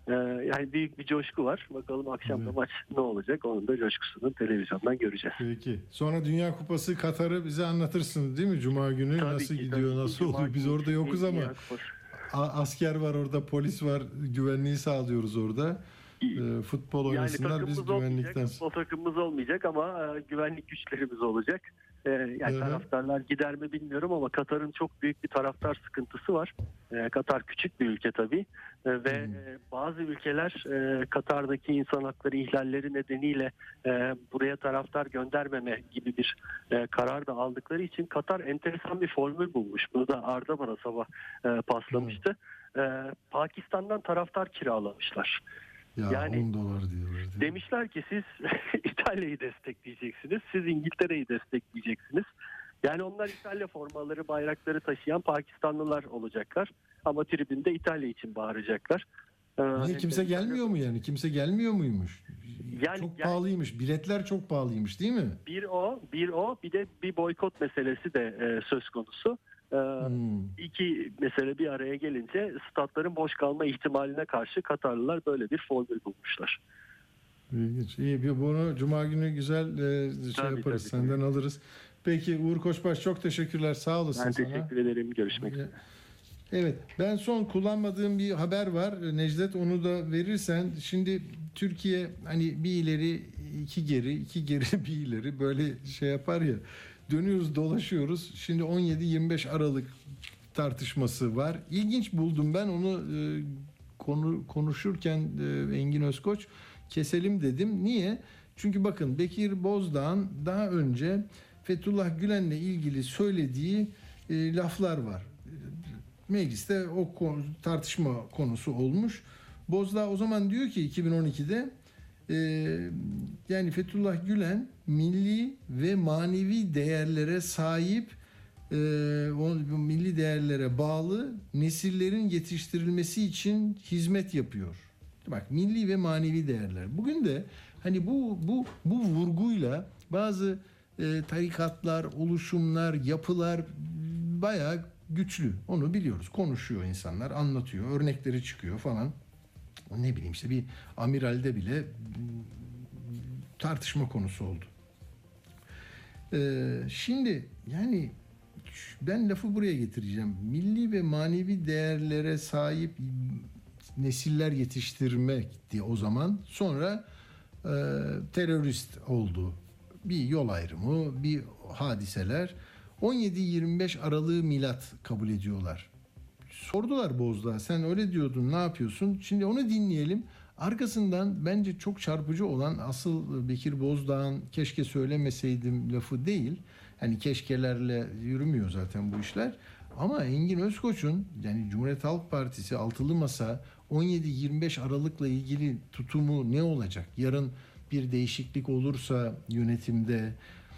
M: Ee, yani büyük bir coşku var. Bakalım akşam da
B: Evet.
M: maç ne olacak? Onun da coşkusunu televizyondan göreceğiz.
B: Peki. Sonra Dünya Kupası Katar'ı bize anlatırsın değil mi? Cuma günü
M: Tabii
B: nasıl
M: ki,
B: gidiyor,
M: tabii ki.
B: nasıl
M: Cuma
B: oluyor? Biz
M: günü
B: orada yokuz
M: Dünya
B: ama
M: Kupası.
B: a- asker var orada, polis var, güvenliği sağlıyoruz orada. Ee, futbol
M: Yani
B: oynasınlar,
M: takımımız
B: biz
M: olmayacak,
B: güvenlikten.
M: futbol takımımız olmayacak ama e, güvenlik güçlerimiz olacak. E, yani
B: Hı hı.
M: taraftarlar gider mi bilmiyorum ama Katar'ın çok büyük bir taraftar sıkıntısı var. E, Katar küçük bir ülke tabii. E, ve e, bazı ülkeler e, Katar'daki insan hakları ihlalleri nedeniyle e, buraya taraftar göndermeme gibi bir e, karar da aldıkları için Katar enteresan bir formül bulmuş. Bunu da Arda bana sabah e, paslamıştı. E, Pakistan'dan taraftar kiralamışlar.
B: Ya
M: Yani-
B: on dolar diyorlar. değil mi?
M: Demişler ki siz İtalya'yı destekleyeceksiniz, siz İngiltere'yi destekleyeceksiniz. Yani onlar İtalya formaları, bayrakları taşıyan Pakistanlılar olacaklar. Ama tribünde İtalya için bağıracaklar. Ee,
B: Niye kimse gelmiyor mu yani? Kimse gelmiyor muymuş?
M: Yani
B: çok
M: gel-
B: pahalıymış. Biletler çok pahalıymış değil mi?
M: Bir o, bir o, bir de bir boykot meselesi de e, söz konusu. Ee,
B: Hmm.
M: İki mesele bir araya gelince statların boş kalma ihtimaline karşı Katarlılar böyle bir formül bulmuşlar.
B: İlginç. İyi, bir bunu Cuma günü güzel e, şey
M: Tabii,
B: yaparız.
M: tabii,
B: Senden alırız. Peki Uğur Koçbaş çok teşekkürler. Sağ olasın
M: Ben
B: sana.
M: teşekkür ederim. Görüşmek üzere.
B: Evet, ben son kullanmadığım bir haber var. Necdet, onu da verirsen. Şimdi Türkiye hani bir ileri iki geri, iki geri bir ileri böyle şey yapar ya. Dönüyoruz dolaşıyoruz. Şimdi on yedi yirmi beş Aralık tartışması var. İlginç buldum ben onu e, konu konuşurken e, Engin Özkoç keselim dedim. Niye? Çünkü bakın Bekir Bozdağ'ın daha önce Fethullah Gülen'le ilgili söylediği e, laflar var. Mecliste o konu, tartışma konusu olmuş. Bozdağ o zaman diyor ki iki bin on ikide e, yani Fethullah Gülen milli ve manevi değerlere sahip, e, o milli değerlere bağlı nesillerin yetiştirilmesi için hizmet yapıyor. Bak, milli ve manevi değerler. Bugün de hani bu bu bu vurguyla bazı e, tarikatlar, oluşumlar, yapılar bayağı güçlü. Onu biliyoruz. Konuşuyor insanlar, anlatıyor, örnekleri çıkıyor falan. Ne bileyim işte bir amiralde bile tartışma konusu oldu. Ee, şimdi yani ben lafı buraya getireceğim. Milli ve manevi değerlere sahip nesiller yetiştirmek diye o zaman sonra e, terörist oldu. Bir yol ayrımı, bir hadiseler. on yedi yirmi beş Aralık'ı milat kabul ediyorlar. Sordular Bozdağ, sen öyle diyordun, ne yapıyorsun? Şimdi onu dinleyelim. Arkasından bence çok çarpıcı olan asıl Bekir Bozdağ'ın keşke söylemeseydim lafı değil. Hani keşkelerle yürümüyor zaten bu işler. Ama Engin Özkoç'un yani Cumhuriyet Halk Partisi Altılı Masa on yedi yirmi beş Aralık'la ilgili tutumu ne olacak? Yarın bir değişiklik olursa yönetimde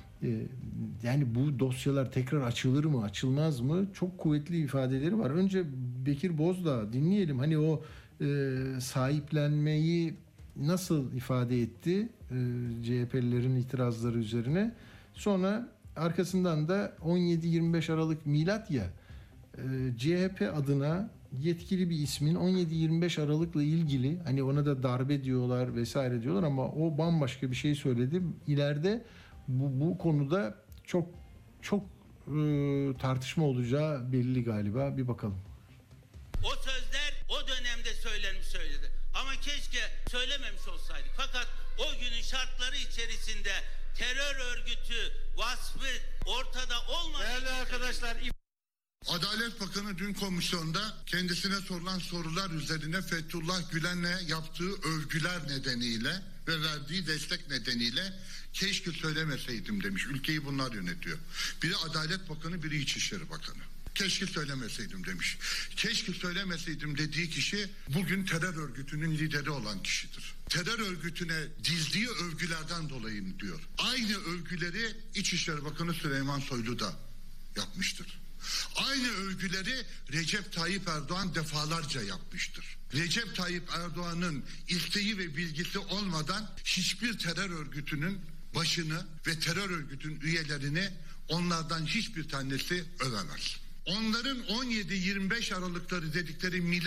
B: yani bu dosyalar tekrar açılır mı, açılmaz mı? Çok kuvvetli ifadeleri var. Önce Bekir Bozdağ dinleyelim. Hani o e, sahiplenmeyi nasıl ifade etti e, C H P'lilerin itirazları üzerine. Sonra arkasından da on yedi yirmi beş Aralık milat ya, e, C H P adına yetkili bir ismin on yedi yirmi beş Aralık'la ilgili, hani ona da darbe diyorlar vesaire diyorlar ama o bambaşka bir şey söyledi. İleride bu, bu konuda çok çok e, tartışma olacağı belli galiba. Bir bakalım.
N: O sözler o dönemde söylenmiş söyledi. Ama keşke söylememiş olsaydık. Fakat o günün şartları içerisinde terör örgütü vasfı ortada olmadığı Değerli arkadaşlar,
G: Adalet Bakanı dün komisyonda kendisine sorulan sorular üzerine Fethullah Gülen'le yaptığı övgüler nedeniyle ve verdiği destek nedeniyle keşke söylemeseydim demiş. Ülkeyi bunlar yönetiyor. Biri Adalet Bakanı, biri İçişleri Bakanı. Keşke söylemeseydim demiş. Keşke söylemeseydim dediği kişi bugün terör örgütünün lideri olan kişidir. Terör örgütüne dizdiği övgülerden dolayı diyor. Aynı övgüleri İçişleri Bakanı Süleyman Soylu da yapmıştır. Aynı övgüleri Recep Tayyip Erdoğan defalarca yapmıştır. Recep Tayyip Erdoğan'ın isteği ve bilgisi olmadan hiçbir terör örgütünün başını ve terör örgütünün üyelerini onlardan hiçbir tanesi övemez. Onların on yedi yirmi beş Aralıkları dedikleri milat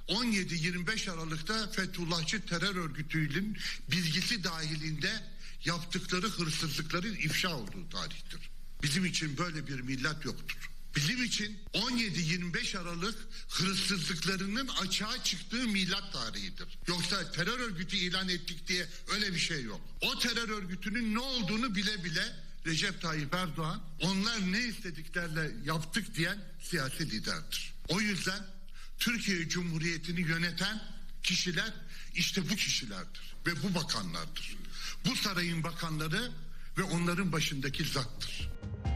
G: on yedi yirmi beş Aralık'ta Fethullahçı terör örgütünün bilgisi dahilinde yaptıkları hırsızlıkların ifşa olduğu tarihtir. Bizim için böyle bir millet yoktur. Bizim için on yedi yirmi beş Aralık hırsızlıklarının açığa çıktığı milat tarihidir. Yoksa terör örgütü ilan ettik diye öyle bir şey yok. O terör örgütünün ne olduğunu bile bile Recep Tayyip Erdoğan, onlar ne istediklerle yaptık diyen siyasi liderdir. O yüzden Türkiye Cumhuriyeti'ni yöneten kişiler işte bu kişilerdir ve bu bakanlardır. Bu sarayın bakanları ve onların başındaki zattır.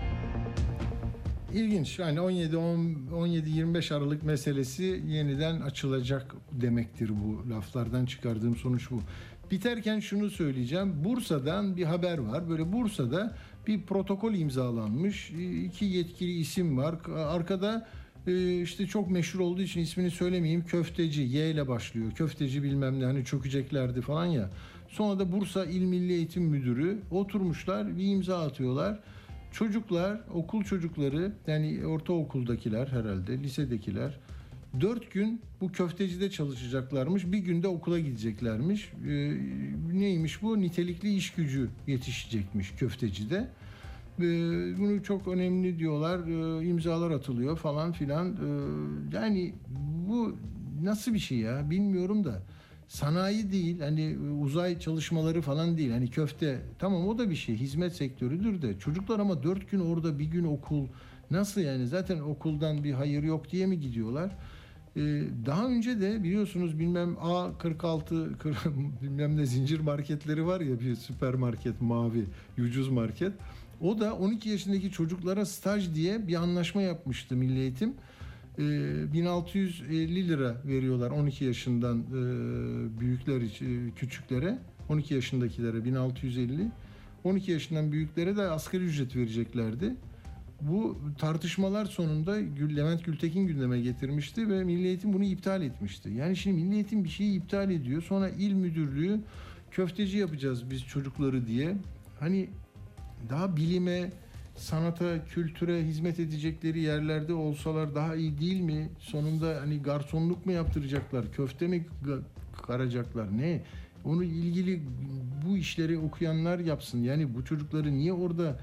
B: İlginç. Yani on yedi yirmi beş Aralık meselesi yeniden açılacak demektir bu laflardan çıkardığım sonuç bu. Biterken şunu söyleyeceğim. Bursa'dan bir haber var. Böyle Bursa'da bir protokol imzalanmış. İki yetkili isim var. Arkada işte çok meşhur olduğu için ismini söylemeyeyim. Köfteci, Y ile başlıyor. Köfteci bilmem ne, hani çökeceklerdi falan ya. Sonra da Bursa İl Milli Eğitim Müdürü oturmuşlar, bir imza atıyorlar. Çocuklar, okul çocukları, yani ortaokuldakiler herhalde, lisedekiler dört gün bu köftecide çalışacaklarmış. Bir günde okula gideceklermiş. Ee, neymiş bu? Nitelikli iş gücü yetişecekmiş köftecide. Ee, bunu çok önemli diyorlar. Ee, imzalar atılıyor falan filan. Ee, yani bu nasıl bir şey ya? Bilmiyorum da. Sanayi değil, hani uzay çalışmaları falan değil. Hani köfte, tamam o da bir şey, hizmet sektörüdür de. Çocuklar ama dört gün orada, bir gün okul. Nasıl yani? Zaten okuldan bir hayır yok diye mi gidiyorlar? Ee, daha önce de biliyorsunuz bilmem A kırk altı bilmem ne zincir marketleri var ya, bir süpermarket, mavi, ucuz market. O da on iki yaşındaki çocuklara staj diye bir anlaşma yapmıştı Milli Eğitim. bin altı yüz elli lira veriyorlar on iki yaşından büyükler için, küçüklere, on iki yaşındakilere bin altı yüz elli, on iki yaşından büyüklere de asgari ücret vereceklerdi. Bu tartışmalar sonunda Levent Gültekin gündeme getirmişti ve Milli Eğitim bunu iptal etmişti. Yani şimdi Milli Eğitim bir şeyi iptal ediyor, sonra il müdürlüğü köfteci yapacağız biz çocukları diye. Hani daha bilime, sanata, kültüre hizmet edecekleri yerlerde olsalar daha iyi değil mi? Sonunda hani garsonluk mu yaptıracaklar? Köfte mi karacaklar? Ne? Onu ilgili bu işleri okuyanlar yapsın. Yani bu çocukları niye orada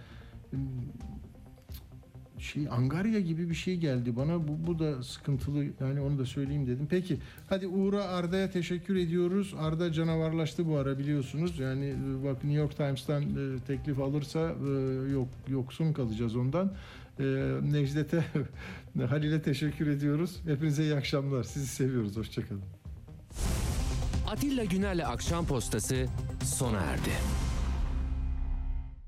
B: şey, angarya gibi bir şey geldi bana. Bu, bu da sıkıntılı. Yani onu da söyleyeyim dedim. Peki. Hadi Uğur'a, Arda'ya teşekkür ediyoruz. Arda canavarlaştı bu ara biliyorsunuz. Yani bak, New York Times'tan e, teklif alırsa e, yok yoksun kalacağız ondan. E, Necdet'e, Halil'e teşekkür ediyoruz. Hepinize iyi akşamlar. Sizi seviyoruz. Hoşçakalın.
A: Atilla Güner'le Akşam Postası sona erdi.